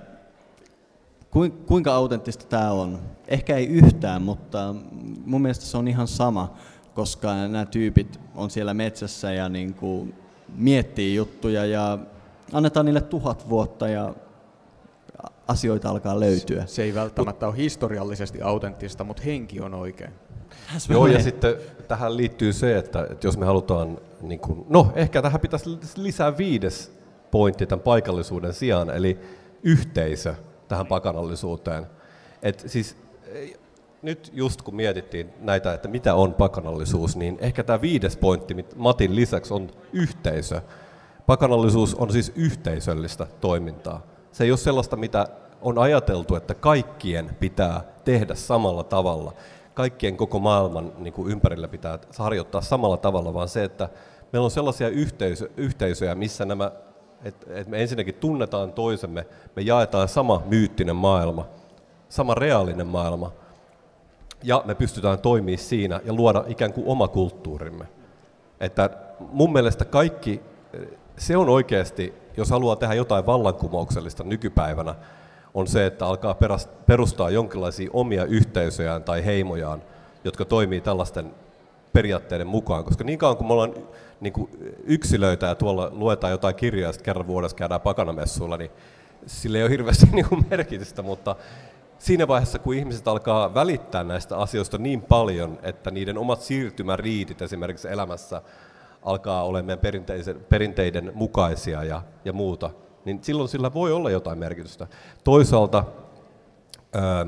Speaker 1: kuinka autenttista tämä on. Ehkä ei yhtään, mutta mun mielestä se on ihan sama, koska nämä tyypit on siellä metsässä ja niin kuin miettii juttuja ja annetaan niille tuhat vuotta ja asioita alkaa löytyä.
Speaker 2: Se ei välttämättä ole historiallisesti autenttista, mutta henki on oikein.
Speaker 3: Joo, ja sitten tähän liittyy se, että, että jos me halutaan, niin kuin, no ehkä tähän pitäisi lisää viides pointti tämän paikallisuuden sijaan, eli yhteisö tähän pakanallisuuteen. Et siis, nyt just kun mietittiin näitä, että mitä on pakanallisuus, niin ehkä tämä viides pointti Matin lisäksi on yhteisö. Pakanallisuus on siis yhteisöllistä toimintaa. Se ei ole sellaista, mitä on ajateltu, että kaikkien pitää tehdä samalla tavalla. Kaikkien koko maailman niin kuin ympärillä pitää harjoittaa samalla tavalla, vaan se, että meillä on sellaisia yhteisö, yhteisöjä, missä nämä, että, että me ensinnäkin tunnetaan toisemme, me jaetaan sama myyttinen maailma, sama reaalinen maailma, ja me pystytään toimimaan siinä ja luoda ikään kuin oma kulttuurimme. Että mun mielestä kaikki, se on oikeasti, jos haluaa tehdä jotain vallankumouksellista nykypäivänä, on se, että alkaa perustaa jonkinlaisia omia yhteisöjään tai heimojaan, jotka toimii tällaisten periaatteiden mukaan. Koska niin kauan kun me ollaan niin kuin yksilöitä ja tuolla luetaan jotain kirjoja ja sitten kerran vuodessa käydään pakanamessuilla, niin sillä ei ole hirveästi niin kuin merkitystä, mutta siinä vaiheessa, kun ihmiset alkaa välittää näistä asioista niin paljon, että niiden omat siirtymäriitit esimerkiksi elämässä alkaa olemaan meidän perinteiden, perinteiden mukaisia ja, ja muuta, niin silloin sillä voi olla jotain merkitystä. Toisaalta ää,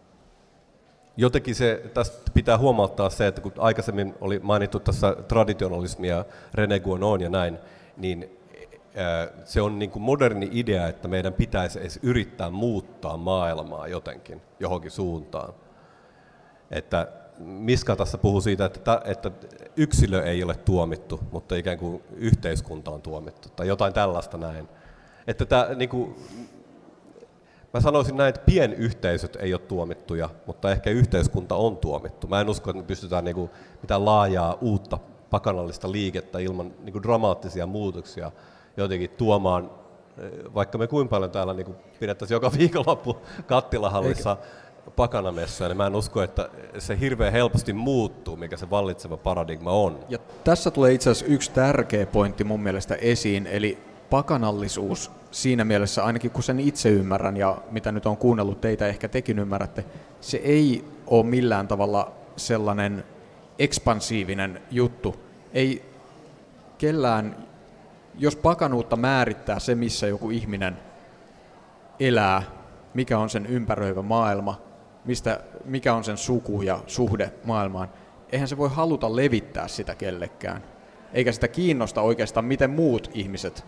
Speaker 3: jotenkin se, tästä pitää huomauttaa se, että kun aikaisemmin oli mainittu tässä traditionalismia ja René Guénon ja näin, niin ää, se on niin kuin moderni idea, että meidän pitäisi edes yrittää muuttaa maailmaa jotenkin, johonkin suuntaan. Että Miska tässä puhuu siitä, että, että yksilö ei ole tuomittu, mutta ikään kuin yhteiskunta on tuomittu, tai jotain tällaista näin. Että tämä, niin kuin, mä sanoisin näin, että pienyhteisöt ei ole tuomittuja, mutta ehkä yhteiskunta on tuomittu. Mä en usko, että me pystytään niin kuin, mitään laajaa uutta pakanallista liikettä ilman niin kuin dramaattisia muutoksia jotenkin tuomaan, vaikka me kuinka paljon täällä niin kuin pidettäisiin joka viikonloppu Kattilahallissa pakanamessuja, niin mä en usko, että se hirveän helposti muuttuu, mikä se vallitseva paradigma on.
Speaker 2: Ja tässä tulee itse asiassa yksi tärkeä pointti mun mielestä esiin, eli pakanallisuus siinä mielessä, ainakin kun sen itse ymmärrän ja mitä nyt on kuunnellut teitä, ehkä tekin ymmärrätte, se ei ole millään tavalla sellainen ekspansiivinen juttu. Ei kellään, jos pakanuutta määrittää se, missä joku ihminen elää, mikä on sen ympäröivä maailma, mistä, mikä on sen suku ja suhde maailmaan, eihän se voi haluta levittää sitä kellekään. Eikä sitä kiinnosta oikeastaan, miten muut ihmiset,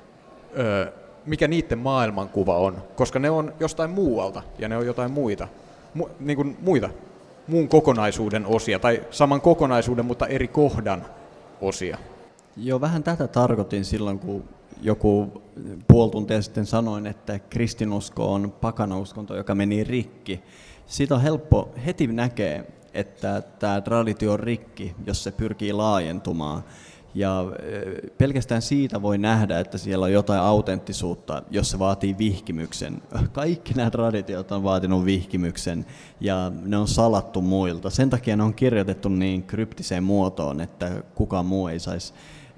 Speaker 2: öö, mikä niiden maailmankuva on, koska ne on jostain muualta ja ne on jotain muita, Mu, niin kuin muita, muun kokonaisuuden osia tai saman kokonaisuuden, mutta eri kohdan osia.
Speaker 1: Joo, vähän tätä tarkoitin silloin, kun joku puoli tuntia sitten sanoin, että kristinusko on pakanauskonto, joka meni rikki. Siitä on helppo heti näkee, että tämä traditio on rikki, jos se pyrkii laajentumaan. Ja pelkästään siitä voi nähdä, että siellä on jotain autenttisuutta, jos se vaatii vihkimyksen. Kaikki nämä traditiot on vaatinut vihkimyksen ja ne on salattu muilta. Sen takia ne on kirjoitettu niin kryptiseen muotoon, että kukaan muu ei saisi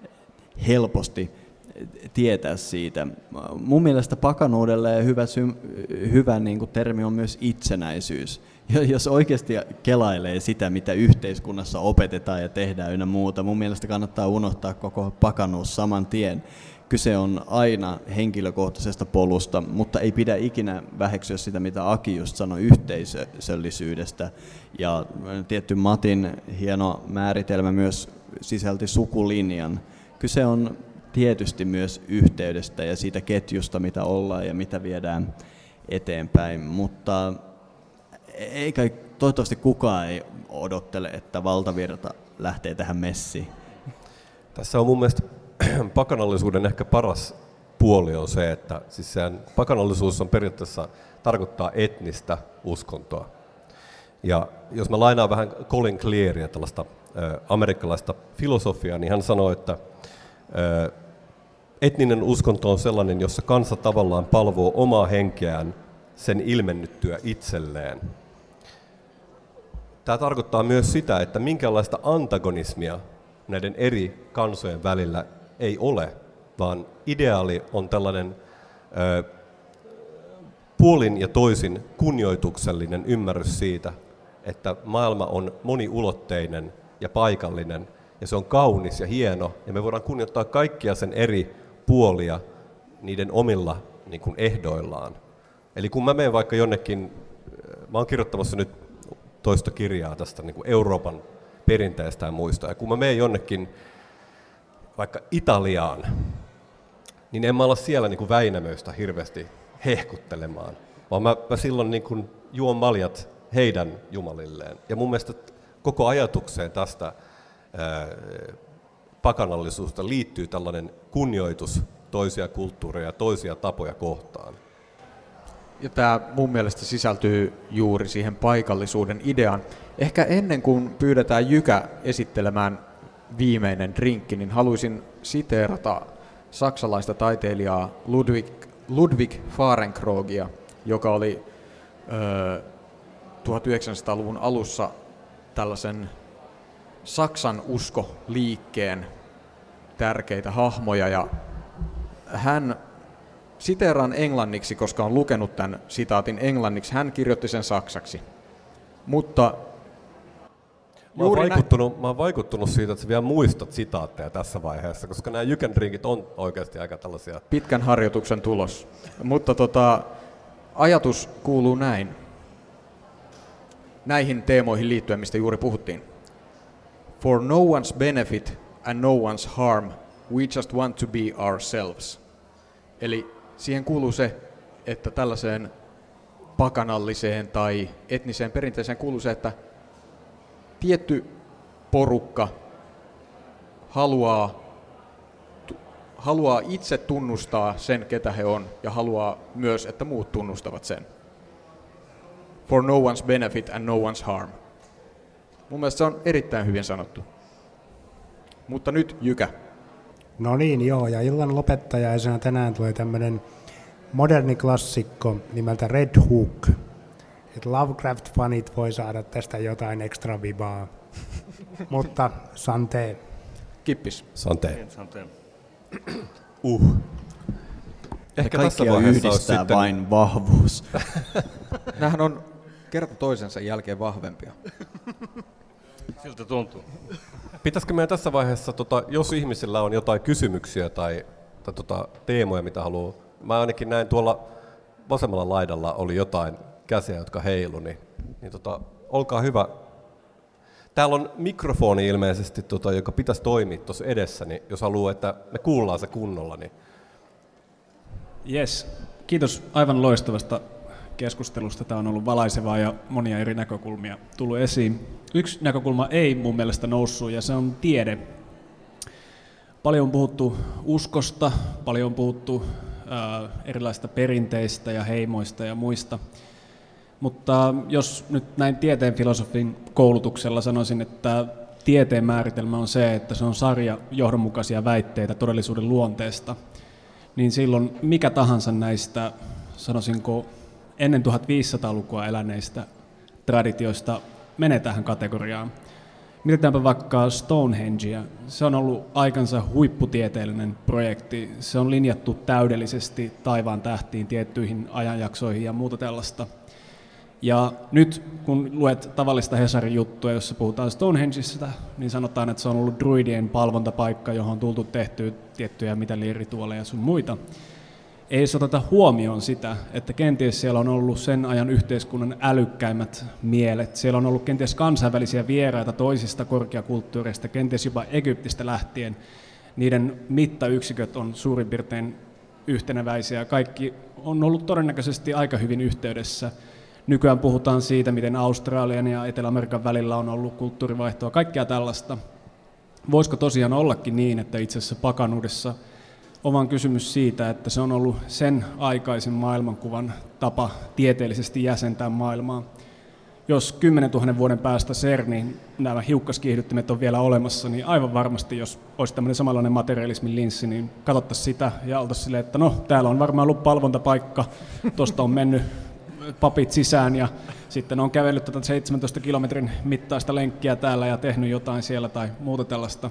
Speaker 1: helposti tietää siitä. Mun mielestä pakanuudelle hyvä, hyvä niin kuin termi on myös itsenäisyys. Jos oikeasti kelailee sitä, mitä yhteiskunnassa opetetaan ja tehdään ynnä muuta, mun mielestä kannattaa unohtaa koko pakanuus saman tien. Kyse on aina henkilökohtaisesta polusta, mutta ei pidä ikinä väheksyä sitä, mitä Aki just sanoi yhteisöllisyydestä. Ja tietty Matin hieno määritelmä myös sisälti sukulinjan. Kyse on tietysti myös yhteydestä ja siitä ketjusta, mitä ollaan ja mitä viedään eteenpäin, mutta eikä toivottavasti kukaan ei odottele, että valtavirta lähtee tähän messiin.
Speaker 3: Tässä on mun mielestä pakanallisuuden ehkä paras puoli on se, että siis sehän, pakanallisuus on periaatteessa tarkoittaa etnistä uskontoa. Ja jos mä lainaan vähän Colin Clearia, tällaista ä, amerikkalaista filosofiaa, niin hän sanoo, että ä, etninen uskonto on sellainen, jossa kansa tavallaan palvoo omaa henkeään sen ilmennyttyä itselleen. Tämä tarkoittaa myös sitä, että minkälaista antagonismia näiden eri kansojen välillä ei ole, vaan ideaali on tällainen ö, puolin ja toisin kunnioituksellinen ymmärrys siitä, että maailma on moniulotteinen ja paikallinen, ja se on kaunis ja hieno, ja me voidaan kunnioittaa kaikkia sen eri puolia niiden omilla niin kuin ehdoillaan. Eli kun mä menen vaikka jonnekin, mä oon kirjoittamassa nyt toista kirjaa tästä niin kuin Euroopan perinteestä ja muista, ja kun mä menen jonnekin vaikka Italiaan, niin en mä ala siellä niin kuin Väinämöistä hirveästi hehkuttelemaan, vaan mä, mä silloin niin kuin juon maljat heidän jumalilleen. Ja mun mielestä koko ajatukseen tästä ää, pakanallisuudesta liittyy tällainen kunnioitus toisia kulttuureja ja toisia tapoja kohtaan.
Speaker 2: Ja tämä mun mielestä sisältyy juuri siihen paikallisuuden ideaan. Ehkä ennen kuin pyydetään Jykä esittelemään viimeinen drinkki, niin haluaisin siteerata saksalaista taiteilijaa Ludwig, Ludwig Fahrenkrogia, joka oli ö, tuhatyhdeksänsataaluvun alussa tällaisen Saksan uskoliikkeen tärkeitä hahmoja. Ja hän, siteeraan englanniksi, koska on lukenut tämän sitaatin englanniksi, hän kirjoitti sen saksaksi. Mutta
Speaker 3: Mä oon, vaikuttunut, mä oon vaikuttunut siitä, että sä vielä muistat sitaatteja tässä vaiheessa, koska nämä You Can Drinkit on oikeasti aika tällaisia...
Speaker 2: Pitkän harjoituksen tulos. Mutta tota, ajatus kuuluu näin. Näihin teemoihin liittyen, mistä juuri puhuttiin. For no one's benefit and no one's harm, we just want to be ourselves. Eli siihen kuuluu se, että tällaiseen pakanalliseen tai etniseen perinteeseen kuuluu se, että tietty porukka haluaa, haluaa itse tunnustaa sen, ketä he on, ja haluaa myös, että muut tunnustavat sen. For no one's benefit and no one's harm. Mun mielestä se on erittäin hyvin sanottu. Mutta nyt Jykä.
Speaker 4: No niin, joo, ja illan lopettajaisena tänään tulee tämmöinen moderni klassikko nimeltä Red Hook. Et Lovecraft-fanit voi saada tästä jotain extra vibaa. Mutta Sante.
Speaker 2: Kippis.
Speaker 3: Sante.
Speaker 5: Sante.
Speaker 3: Uh.
Speaker 1: Ehkä kaikkia yhdistää sitten... vain vahvuus.
Speaker 2: Nämähän on kerta toisensa jälkeen vahvempia.
Speaker 5: Siltä tuntuu.
Speaker 3: Pitäisikö meidän tässä vaiheessa, tota, jos ihmisillä on jotain kysymyksiä tai, tai tota, teemoja, mitä haluaa, mä ainakin näin tuolla vasemmalla laidalla oli jotain käsiä, jotka heilu, niin, niin tota, olkaa hyvä. Täällä on mikrofoni ilmeisesti, tota, joka pitäisi toimia tuossa edessä, niin jos haluaa, että me kuullaan se kunnolla. Niin...
Speaker 6: Yes. Kiitos aivan loistavasta keskustelusta. Tämä on ollut valaisevaa ja monia eri näkökulmia tullut esiin. Yksi näkökulma ei mun mielestä noussut, ja se on tiede. Paljon on puhuttu uskosta, paljon on puhuttu ää, erilaisista perinteistä ja heimoista ja muista. Mutta jos nyt näin tieteen filosofin koulutuksella sanoisin, että tieteen määritelmä on se, että se on sarja johdonmukaisia väitteitä todellisuuden luonteesta, niin silloin mikä tahansa näistä, sanoisinko, ennen tuhatviisisataalukua eläneistä traditioista menee tähän kategoriaan. Mietitäänpä vaikka Stonehengea. Se on ollut aikansa huipputieteellinen projekti. Se on linjattu täydellisesti taivaan tähtiin, tiettyihin ajanjaksoihin ja muuta tällaista. Ja nyt kun luet tavallista Hesarin juttua, jossa puhutaan Stonehengeista, niin sanotaan, että se on ollut druidien palvontapaikka, johon on tultu tehtyä tiettyjä mitaliirituoleja ja sun muita. Ei se oteta huomioon sitä, että kenties siellä on ollut sen ajan yhteiskunnan älykkäimmät mielet. Siellä on ollut kenties kansainvälisiä vieraita toisista korkeakulttuureista, kenties jopa Egyptistä lähtien. Niiden mittayksiköt on suurin piirtein yhteneväisiä. Kaikki on ollut todennäköisesti aika hyvin yhteydessä. Nykyään puhutaan siitä, miten Australian ja Etelä-Amerikan välillä on ollut kulttuurivaihtoa, kaikkea tällaista. Voisiko tosiaan ollakin niin, että itse asiassa pakanuudessa on vaan kysymys siitä, että se on ollut sen aikaisen maailmankuvan tapa tieteellisesti jäsentää maailmaa. Jos kymmenentuhannen vuoden päästä CERNin nämä hiukkaskiihdyttimet on vielä olemassa, niin aivan varmasti, jos olisi tämmöinen samanlainen materialismin linssi, niin katsottaisiin sitä ja oltaisiin silleen, että no, täällä on varmaan ollut palvontapaikka, tuosta on mennyt papit sisään ja sitten on kävellyt tätä seitsemäntoista kilometrin mittaista lenkkiä täällä ja tehnyt jotain siellä tai muuta tällaista.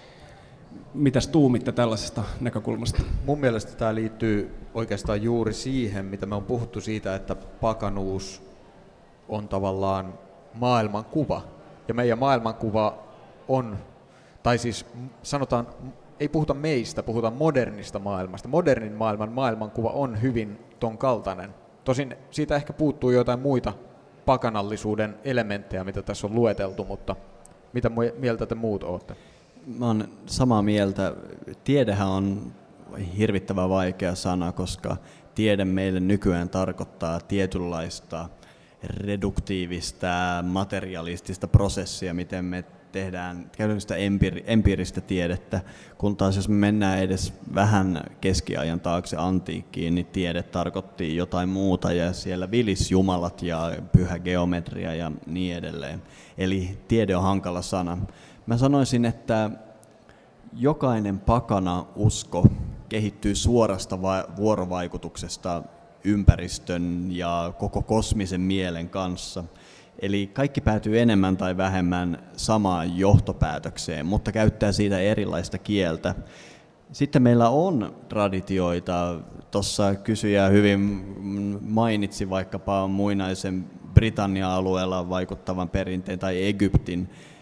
Speaker 6: Mitäs tuumitte tällaisesta näkökulmasta?
Speaker 2: Mun mielestä tämä liittyy oikeastaan juuri siihen, mitä me on puhuttu siitä, että pakanuus on tavallaan maailmankuva. Ja meidän maailmankuva on, tai siis sanotaan, ei puhuta meistä, puhutaan modernista maailmasta. Modernin maailman maailmankuva on hyvin ton kaltainen. Tosin siitä ehkä puuttuu jotain muita pakanallisuuden elementtejä, mitä tässä on lueteltu, mutta mitä mieltä te muut olette?
Speaker 1: Mä oon samaa mieltä. Tiedehän on hirvittävän vaikea sana, koska tiede meille nykyään tarkoittaa tietynlaista reduktiivista, materialistista prosessia, miten me tehdään käytännössä empiiri- empiiristä tiedettä, kun taas jos me mennään edes vähän keskiajan taakse antiikkiin, niin tiede tarkoitti jotain muuta ja siellä vilis jumalat ja pyhä geometria ja niin edelleen. Eli tiede on hankala sana. Mä sanoisin, että jokainen pakana usko kehittyy suorasta va- vuorovaikutuksesta ympäristön ja koko kosmisen mielen kanssa. Eli kaikki päätyy enemmän tai vähemmän samaan johtopäätökseen, mutta käyttää siitä erilaista kieltä. Sitten meillä on traditioita. Tuossa kysyjä hyvin mainitsi vaikkapa muinaisen Britannian alueella vaikuttavan perinteen tai Egyptin.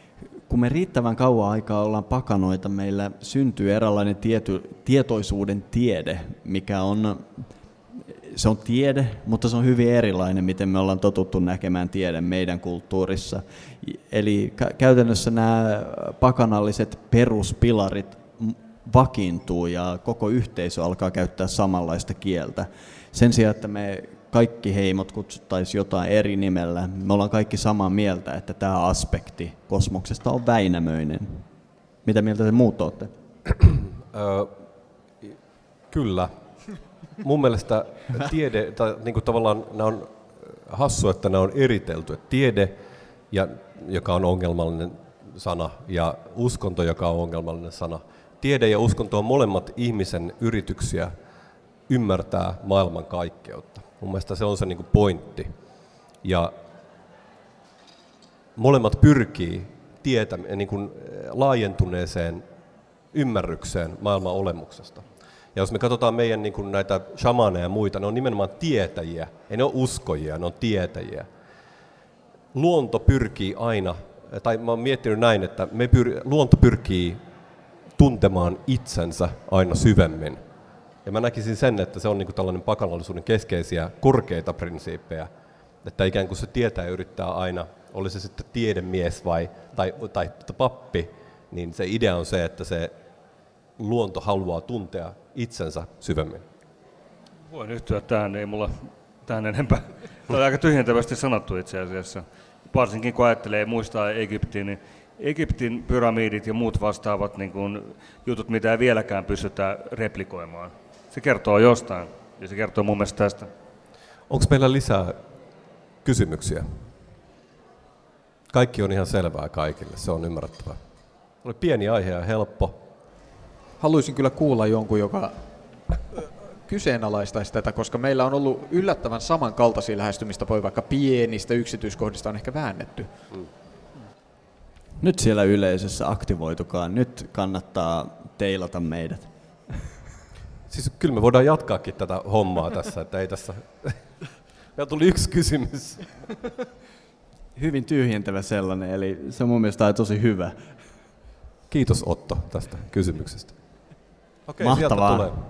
Speaker 1: kun me riittävän kauan aikaa ollaan pakanoita, meillä syntyy eräänlainen tiety, tietoisuuden tiede, mikä on, se on tiede, mutta se on hyvin erilainen, miten me ollaan totuttu näkemään tiede meidän kulttuurissa. Eli käytännössä nämä pakanalliset peruspilarit vakiintuu ja koko yhteisö alkaa käyttää samanlaista kieltä. Sen sijaan, että me kaikki heimot kutsuttaisiin jotain eri nimellä, me ollaan kaikki samaa mieltä, että tämä aspekti kosmoksesta on Väinämöinen. Mitä mieltä te muut olette?
Speaker 3: Kyllä. Mun mielestä tiede, tai niin kuin tavallaan nämä on hassu, että nämä on eritelty. Että tiede, ja, joka on ongelmallinen sana, ja uskonto, joka on ongelmallinen sana. Tiede ja uskonto on molemmat ihmisen yrityksiä ymmärtää maailman kaikkeutta. Mun mielestä se on se niin kuin pointti. Ja molemmat pyrkii tietä, niin kuin laajentuneeseen ymmärrykseen maailman olemuksesta. Ja jos me katsotaan meidän niin kuin näitä shamaneja ja muita, ne on nimenomaan tietäjiä, ei ne ole uskojia, ne on tietäjiä. Luonto pyrkii aina, tai mä oon miettinyt näin, että me pyr, luonto pyrkii tuntemaan itsensä aina syvemmin. Ja mä näkisin sen, että se on niin kuin tällainen pakanallisuuden keskeisiä korkeita prinsiippejä, että ikään kuin se tietäjä yrittää aina, oli se sitten tiedemies vai, tai, tai pappi, niin se idea on se, että se luonto haluaa tuntea itsensä syvemmin.
Speaker 5: Voin yhtyä tähän, ei mulla tähän enempää. Tämä on aika tyhjentävästi sanottu itse asiassa. Varsinkin kun ajattelee muistaa Egyptiin, niin Egyptin pyramidit ja muut vastaavat niin kuin jutut, mitä ei vieläkään pystytä replikoimaan. Se kertoo jostain, ja se kertoo mun mielestä tästä.
Speaker 3: Onko meillä lisää kysymyksiä? Kaikki on ihan selvää kaikille, se on ymmärrettävää. Oli pieni aihe ja helppo.
Speaker 2: Haluaisin kyllä kuulla jonkun, joka kyseenalaistaisi tätä, koska meillä on ollut yllättävän samankaltaisia lähestymistapoja, vaikka pienistä yksityiskohdista on ehkä väännetty. Mm.
Speaker 1: Nyt siellä yleisössä aktivoitukaa, nyt kannattaa teilata meidät.
Speaker 3: Siis kyllä me voidaan jatkaakin tätä hommaa tässä, että ei tässä... Meillä tuli yksi kysymys.
Speaker 1: Hyvin tyhjentävä sellainen, eli se on mun mielestä tosi hyvä.
Speaker 3: Kiitos Otto tästä kysymyksestä. Okei,
Speaker 1: mahtavaa.
Speaker 3: Sieltä tulee.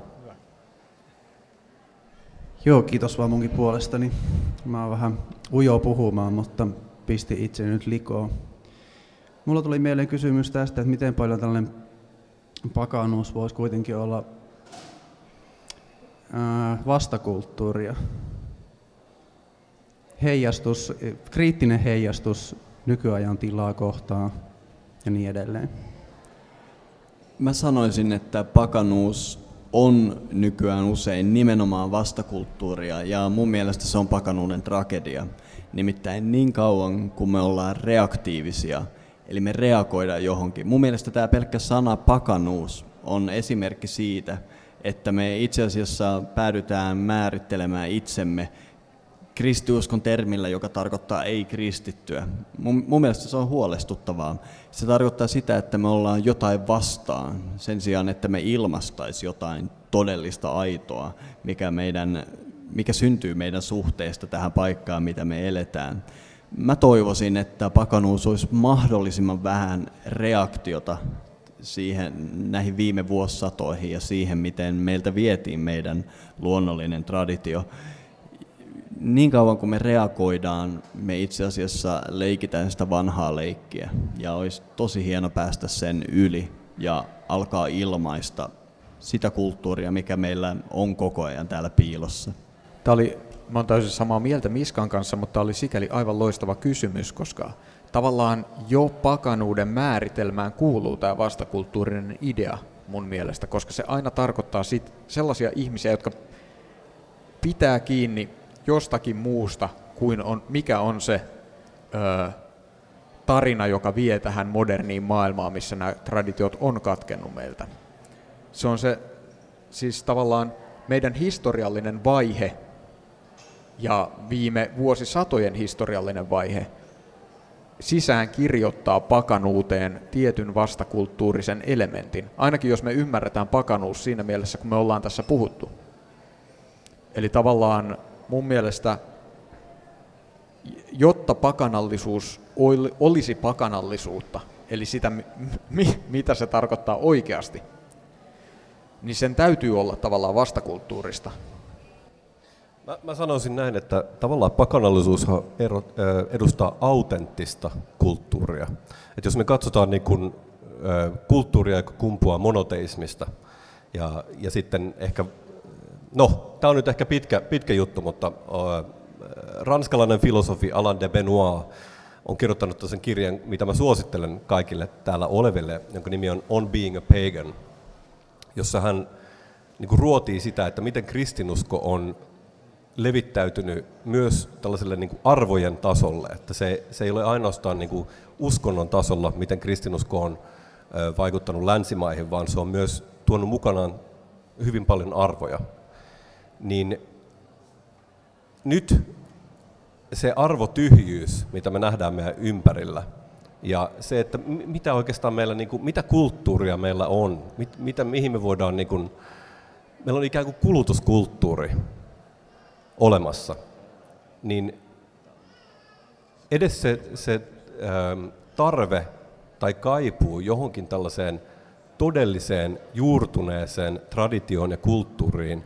Speaker 7: Joo, kiitos vaan munkin puolestani. Mä oon vähän ujo puhumaan, mutta pisti itse nyt likoon. Mulla tuli mieleen kysymys tästä, että miten paljon tällainen pakanuus voisi kuitenkin olla ää, vastakulttuuria. Heijastus, kriittinen heijastus nykyajan tilaa kohtaan ja niin edelleen.
Speaker 1: Mä sanoisin, että pakanuus on nykyään usein nimenomaan vastakulttuuria, ja mun mielestä se on pakanuuden tragedia. Nimittäin niin kauan, kun me ollaan reaktiivisia, eli me reagoidaan johonkin. Mun mielestä tämä pelkkä sana pakanuus on esimerkki siitä, että me itse asiassa päädytään määrittelemään itsemme kristiuskon termillä, joka tarkoittaa ei-kristittyä. Mun, mun mielestä se on huolestuttavaa. Se tarkoittaa sitä, että me ollaan jotain vastaan, sen sijaan, että me ilmaistaisi jotain todellista aitoa, mikä, meidän, mikä syntyy meidän suhteesta tähän paikkaan, mitä me eletään. Mä toivoisin, että pakanuus olisi mahdollisimman vähän reaktiota siihen, näihin viime vuosisatoihin ja siihen, miten meiltä vietiin meidän luonnollinen traditio. Niin kauan kuin me reagoidaan, me itse asiassa leikitään sitä vanhaa leikkiä, ja olisi tosi hieno päästä sen yli ja alkaa ilmaista sitä kulttuuria, mikä meillä on koko ajan täällä piilossa.
Speaker 2: Tämä oli, mä oon täysin samaa mieltä Miskan kanssa, mutta tämä oli sikäli aivan loistava kysymys, koska tavallaan jo pakanuuden määritelmään kuuluu tämä vastakulttuurinen idea mun mielestä, koska se aina tarkoittaa sit sellaisia ihmisiä, jotka pitää kiinni jostakin muusta kuin on, mikä on se ö, tarina, joka vie tähän moderniin maailmaan, missä nämä traditiot on katkennut meiltä. Se on se siis tavallaan meidän historiallinen vaihe ja viime vuosisatojen historiallinen vaihe sisään kirjoittaa pakanuuteen tietyn vastakulttuurisen elementin, ainakin jos me ymmärretään pakanuus siinä mielessä, kun me ollaan tässä puhuttu. Eli tavallaan mun mielestä, jotta pakanallisuus olisi pakanallisuutta, eli sitä, mi- mitä se tarkoittaa oikeasti, niin sen täytyy olla tavallaan vastakulttuurista.
Speaker 3: Mä, mä sanoisin näin, että tavallaan pakanallisuus edustaa autenttista kulttuuria. Et jos me katsotaan niin kun, kulttuuria, joka kumpuaa monoteismista, ja, ja sitten ehkä, no, tämä on nyt ehkä pitkä, pitkä juttu, mutta äh, ranskalainen filosofi Alain de Benoit on kirjoittanut sen kirjan, mitä mä suosittelen kaikille täällä oleville, jonka nimi on On Being a Pagan, jossa hän niin kuin ruotii sitä, että miten kristinusko on levittäytynyt myös tällaiselle niin kuin arvojen tasolle, että se, se ei ole ainoastaan niin kuin uskonnon tasolla, miten kristinusko on ö, vaikuttanut länsimaihin, vaan se on myös tuonut mukanaan hyvin paljon arvoja. Niin nyt se arvotyhjyys, mitä me nähdään meidän ympärillä, ja se, että mitä oikeastaan meillä, niin kuin, mitä kulttuuria meillä on, mit, mitä, mihin me voidaan, niin kuin, meillä on ikään kuin kulutuskulttuuri olemassa, niin edes se, se ähm, tarve tai kaipuu johonkin tällaiseen todelliseen juurtuneeseen traditioon ja kulttuuriin,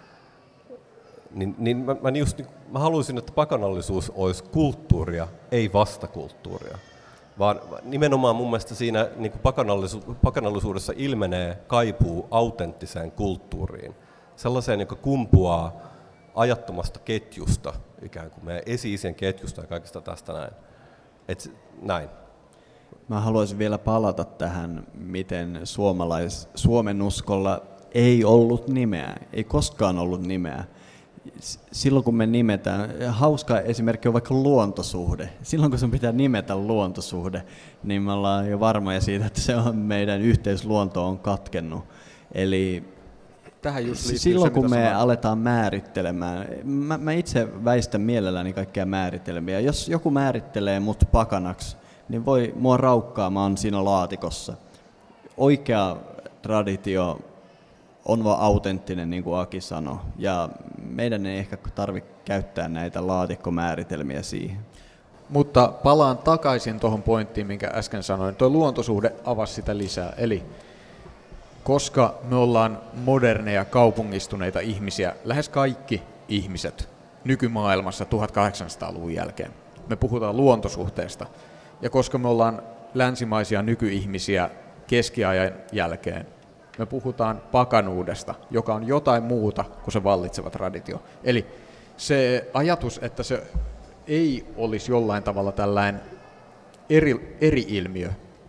Speaker 3: niin, niin mä, mä, just, mä haluaisin, että pakanallisuus olisi kulttuuria, ei vastakulttuuria. Vaan nimenomaan mun mielestä siinä niin kuin pakanallisu- pakanallisuudessa ilmenee kaipuu autenttiseen kulttuuriin. Sellaiseen, joka kumpuaa ajattomasta ketjusta, ikään kuin meidän esi-isien ketjusta ja kaikesta tästä näin. Et, näin.
Speaker 1: Mä haluaisin vielä palata tähän, miten suomalais, Suomen uskolla ei ollut nimeä, ei koskaan ollut nimeä. Silloin kun me nimetään, hauska esimerkki on vaikka luontosuhde. Silloin kun sun pitää nimetä luontosuhde, niin me ollaan jo varmoja siitä, että se on meidän yhteisluonto on katkennut. Eli
Speaker 2: tähän just
Speaker 1: silloin
Speaker 2: se,
Speaker 1: kun me
Speaker 2: sanoin.
Speaker 1: aletaan määrittelemään, mä, mä itse väistän mielelläni kaikkia määritelmiä. Jos joku määrittelee mut pakanaksi, niin voi mua raukkaa, mä oon siinä laatikossa. Oikea traditio on vaan autenttinen, niin kuin Aki sanoi, ja meidän ei ehkä tarvitse käyttää näitä laatikkomääritelmiä siihen.
Speaker 2: Mutta palaan takaisin tuohon pointtiin, minkä äsken sanoin. Tuo luontosuhde avasi sitä lisää. Eli koska me ollaan moderneja, kaupungistuneita ihmisiä, lähes kaikki ihmiset nykymaailmassa tuhatkahdeksansataaluvun jälkeen, me puhutaan luontosuhteesta. Ja koska me ollaan länsimaisia nykyihmisiä keskiajan jälkeen, me puhutaan pakanuudesta, joka on jotain muuta kuin se vallitseva traditio. Eli se ajatus, että se ei olisi jollain tavalla tällainen eri, eri ilmiö,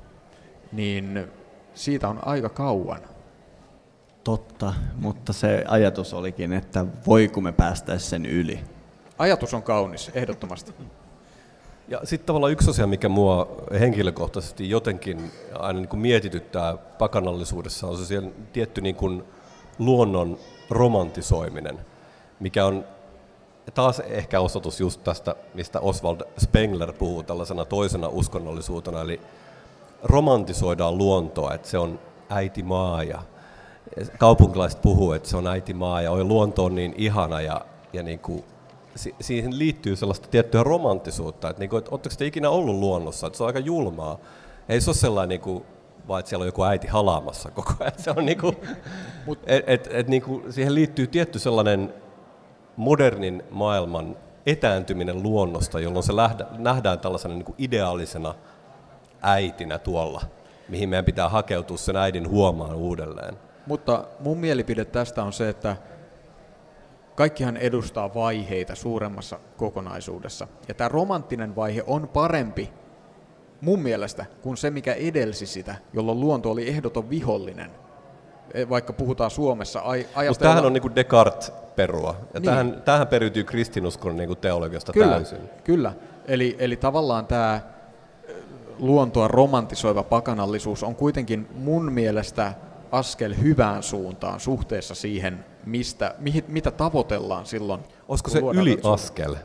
Speaker 2: niin siitä on aika kauan.
Speaker 1: Totta, mutta se ajatus olikin, että voiko me päästäisiin sen yli.
Speaker 2: Ajatus on kaunis, ehdottomasti.
Speaker 3: Ja sitten tavallaan yksi asia, mikä mua henkilökohtaisesti jotenkin aina niin kuin mietityttää pakanallisuudessa, on se siellä tietty niin kuin luonnon romantisoiminen, mikä on taas ehkä osoitus just tästä, mistä Oswald Spengler puhuu tällaisena toisena uskonnollisuutena, eli romantisoidaan luontoa, että se on äiti maa ja kaupunkilaiset puhuu, että se on äiti maa ja oi, luonto on niin ihana ja, ja niin kuin siihen liittyy sellaista tiettyä romanttisuutta, että, niinku, että oletteko te ikinä ollut luonnossa, että se on aika julmaa. Ei se ole sellainen, niinku, vaan että siellä on joku äiti halaamassa koko ajan. Se on niinku, et, et, et, niinku, siihen liittyy tietty sellainen modernin maailman etääntyminen luonnosta, jolloin se lähdä, nähdään tällaisena niinku ideaalisena äitinä tuolla, mihin meidän pitää hakeutua sen äidin huomaan uudelleen.
Speaker 2: Mutta mun mielipide tästä on se, että kaikkihan edustaa vaiheita suuremmassa kokonaisuudessa. Ja tämä romanttinen vaihe on parempi mun mielestä kuin se, mikä edelsi sitä, jolloin luonto oli ehdoton vihollinen. Vaikka puhutaan Suomessa, ajatellaan...
Speaker 3: Mutta tämähän on niin kuin Descartes-perua. Ja
Speaker 2: niin.
Speaker 3: tämähän, tämähän periytyy kristinuskon niin kuin teologiasta
Speaker 2: kyllä,
Speaker 3: täysin.
Speaker 2: Kyllä, eli, eli tavallaan tämä luontoa romantisoiva pakanallisuus on kuitenkin mun mielestä askel hyvään suuntaan suhteessa siihen, mistä, mihin, mitä tavoitellaan silloin.
Speaker 3: Olisiko se yliaskel?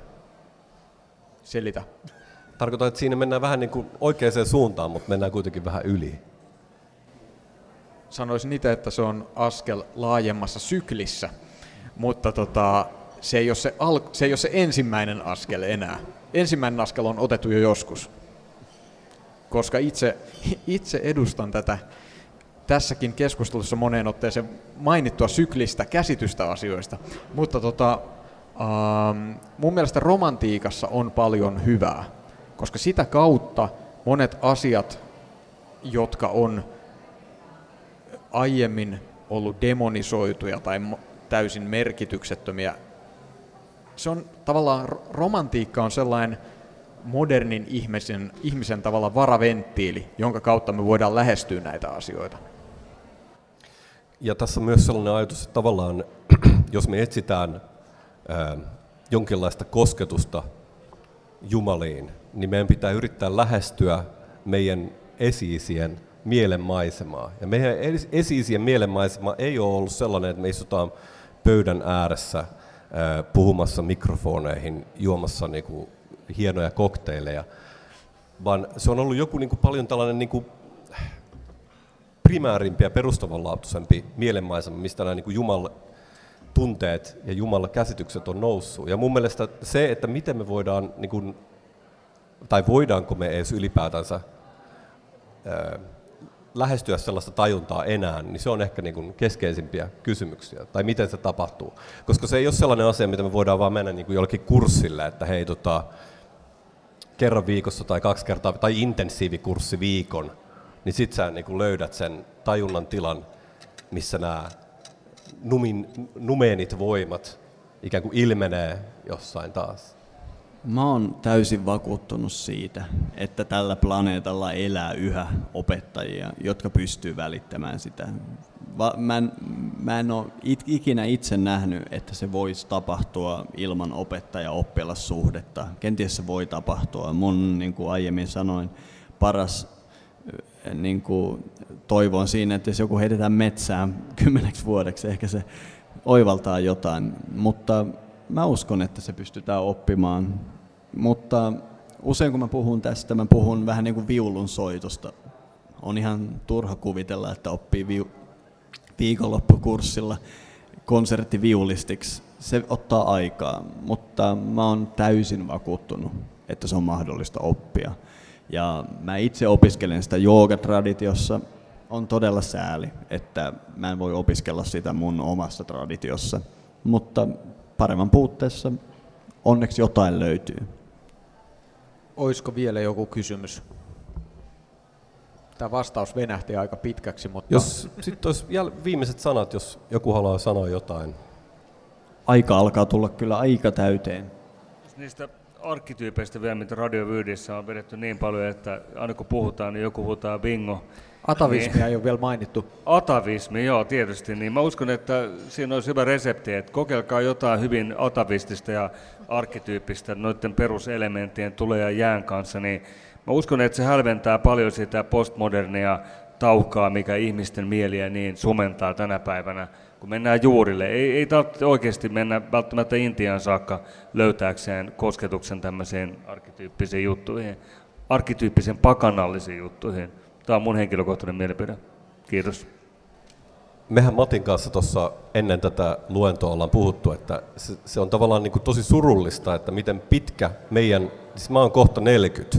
Speaker 2: Selitä.
Speaker 3: Tarkoitan, että siinä mennään vähän niin kuin oikeaan suuntaan, mutta mennään kuitenkin vähän yli.
Speaker 2: Sanoisin itse, että se on askel laajemmassa syklissä, mutta tota, se, ei ole se, al- se ei ole se ensimmäinen askel enää. Ensimmäinen askel on otettu jo joskus. koska itse, itse edustan tätä tässäkin keskustelussa moneen otteeseen mainittua syklistä käsitystä asioista. Mutta tota, ähm, mun mielestä romantiikassa on paljon hyvää, koska sitä kautta monet asiat, jotka on aiemmin ollut demonisoituja tai täysin merkityksettömiä, se on tavallaan, romantiikka on sellainen modernin ihmisen, ihmisen tavallaan varaventtiili, jonka kautta me voidaan lähestyä näitä asioita.
Speaker 3: Ja tässä on myös sellainen ajatus, että tavallaan jos me etsitään ää, jonkinlaista kosketusta Jumaliin, niin meidän pitää yrittää lähestyä meidän esi-isien mielenmaisemaa. Ja meidän esi-isien mielenmaisema ei ole ollut sellainen, että me istutaan pöydän ääressä ää, puhumassa mikrofoneihin, juomassa niinku hienoja kokteileja, vaan se on ollut joku niinku paljon tällainen niinku primäärimpi ja perustavanlaatuisempi mielenmaisema, mistä nämä niin Jumalan tunteet ja Jumalan käsitykset on noussut. Ja mun mielestä se, että miten me voidaan, niin kuin, tai voidaanko me edes ylipäätänsä ää, lähestyä sellaista tajuntaa enää, niin se on ehkä niin kuin keskeisimpiä kysymyksiä. Tai miten se tapahtuu. Koska se ei ole sellainen asia, mitä me voidaan vaan mennä niin kuin jollekin kurssille, että hei, tota, kerran viikossa tai kaksi kertaa, tai intensiivikurssi viikon, niin sit sä niin kuin löydät sen tajunnan tilan, missä nämä numin, numeenit voimat ikään kuin ilmenee jossain taas.
Speaker 1: Mä oon täysin vakuuttunut siitä, että tällä planeetalla elää yhä opettajia, jotka pystyy välittämään sitä. Va- mä, en, mä en ole it, ikinä itse nähnyt, että se voisi tapahtua ilman opettaja-oppilassuhdetta. Kenties se voi tapahtua. Mun, niin kuin aiemmin sanoin, paras niin kuin toivon siinä, että jos joku heitetään metsään kymmeneksi vuodeksi, ehkä se oivaltaa jotain, mutta mä uskon, että se pystytään oppimaan. Mutta usein kun mä puhun tästä, mä puhun vähän niin kuin viulun soitosta. On ihan turha kuvitella, että oppii vi- viikonloppukurssilla konserttiviulistiksi. Se ottaa aikaa, mutta mä oon täysin vakuuttunut, että se on mahdollista oppia. Ja mä itse opiskelen sitä joogatraditiossa. On todella sääli, että mä en voi opiskella sitä mun omassa traditiossa. Mutta paremman puutteessa onneksi jotain löytyy.
Speaker 2: Olisiko vielä joku kysymys? Tämä vastaus venähti aika pitkäksi, mutta...
Speaker 3: Jos sitten olisi jäl- viimeiset sanat, jos joku haluaa sanoa jotain.
Speaker 1: Aika alkaa tulla kyllä aika täyteen.
Speaker 5: Niistä arkkityypeistä vielä, mitä radiovyydissä on vedetty niin paljon, että aina kun puhutaan, niin joku huutaa bingo.
Speaker 2: Atavismia
Speaker 5: niin,
Speaker 2: ei ole vielä mainittu.
Speaker 5: Atavismi, joo, tietysti. Niin mä uskon, että siinä olisi hyvä resepti, että kokeilkaa jotain hyvin atavistista ja arkkityyppistä noiden peruselementtien tulee ja jään kanssa, niin mä uskon, että se hälventää paljon sitä postmodernia taukaa, mikä ihmisten mieliä niin sumentaa tänä päivänä, kun mennään juurille. Ei, ei tarvitse oikeasti mennä välttämättä Intiaan saakka löytääkseen kosketuksen tämmöisiin arkkityyppisiin juttuihin, arkkityyppisiin pakanallisiin juttuihin. Tämä on mun henkilökohtainen mielipide. Kiitos.
Speaker 3: Mehän Matin kanssa tuossa ennen tätä luentoa ollaan puhuttu, että se, se on tavallaan niin kuin tosi surullista, että miten pitkä meidän, siis mä oon kohta neljäkymmentä,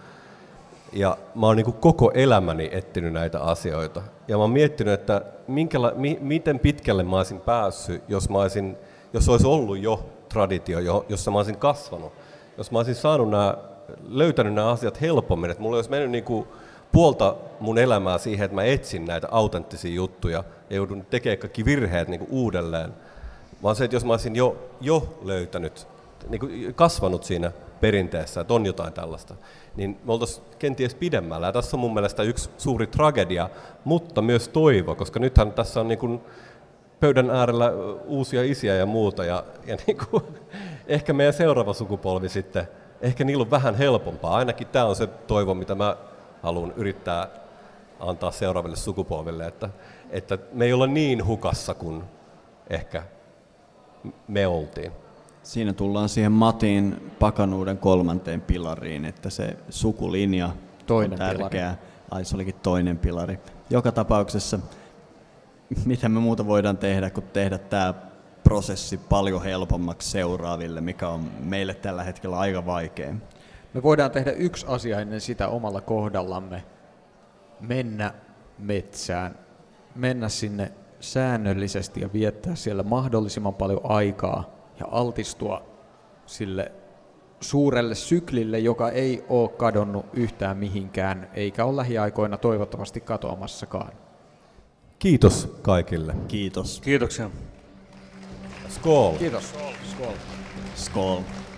Speaker 3: ja mä oon niin kuin koko elämäni etsinyt näitä asioita. Ja mä oon miettinyt, että minkäla, mi, miten pitkälle mä olisin päässyt, jos, mä olisin, jos olisi ollut jo traditio, jossa mä olisin kasvanut. Jos mä olisin saanut nämä, löytänyt nämä asiat helpommin, että mulla olisi mennyt niin kuin puolta mun elämää siihen, että mä etsin näitä autenttisia juttuja ja joudun tekemään kaikki virheet niin kuin uudelleen. Vaan se, että jos mä olisin jo, jo löytänyt, niin kuin kasvanut siinä perinteessä, että on jotain tällaista, niin me oltaisiin kenties pidemmällä. Ja tässä on mun mielestä yksi suuri tragedia, mutta myös toivo, koska nythän tässä on niin kuin pöydän äärellä uusia isiä ja muuta, ja, ja niin kuin, ehkä meidän seuraava sukupolvi sitten, ehkä niillä on vähän helpompaa. Ainakin tämä on se toivo, mitä mä haluan yrittää antaa seuraaville sukupolville, että, että me ei olla niin hukassa kuin ehkä me oltiin.
Speaker 1: Siinä tullaan siihen Matin pakanuuden kolmanteen pilariin, että se sukulinja toinen on tärkeä. Pilari. Ai, se olikin toinen pilari. Joka tapauksessa, mitä me muuta voidaan tehdä, kun tehdä tämä prosessi paljon helpommaksi seuraaville, mikä on meille tällä hetkellä aika vaikea.
Speaker 2: Me voidaan tehdä yksi asia ennen sitä omalla kohdallamme. Mennä metsään. Mennä sinne säännöllisesti ja viettää siellä mahdollisimman paljon aikaa ja altistua sille suurelle syklille, joka ei ole kadonnut yhtään mihinkään, eikä ole lähiaikoina toivottavasti katoamassakaan.
Speaker 3: Kiitos kaikille.
Speaker 1: Kiitos.
Speaker 5: Kiitoksia.
Speaker 3: Skål!
Speaker 2: Kiitos. Skål.
Speaker 1: Skål.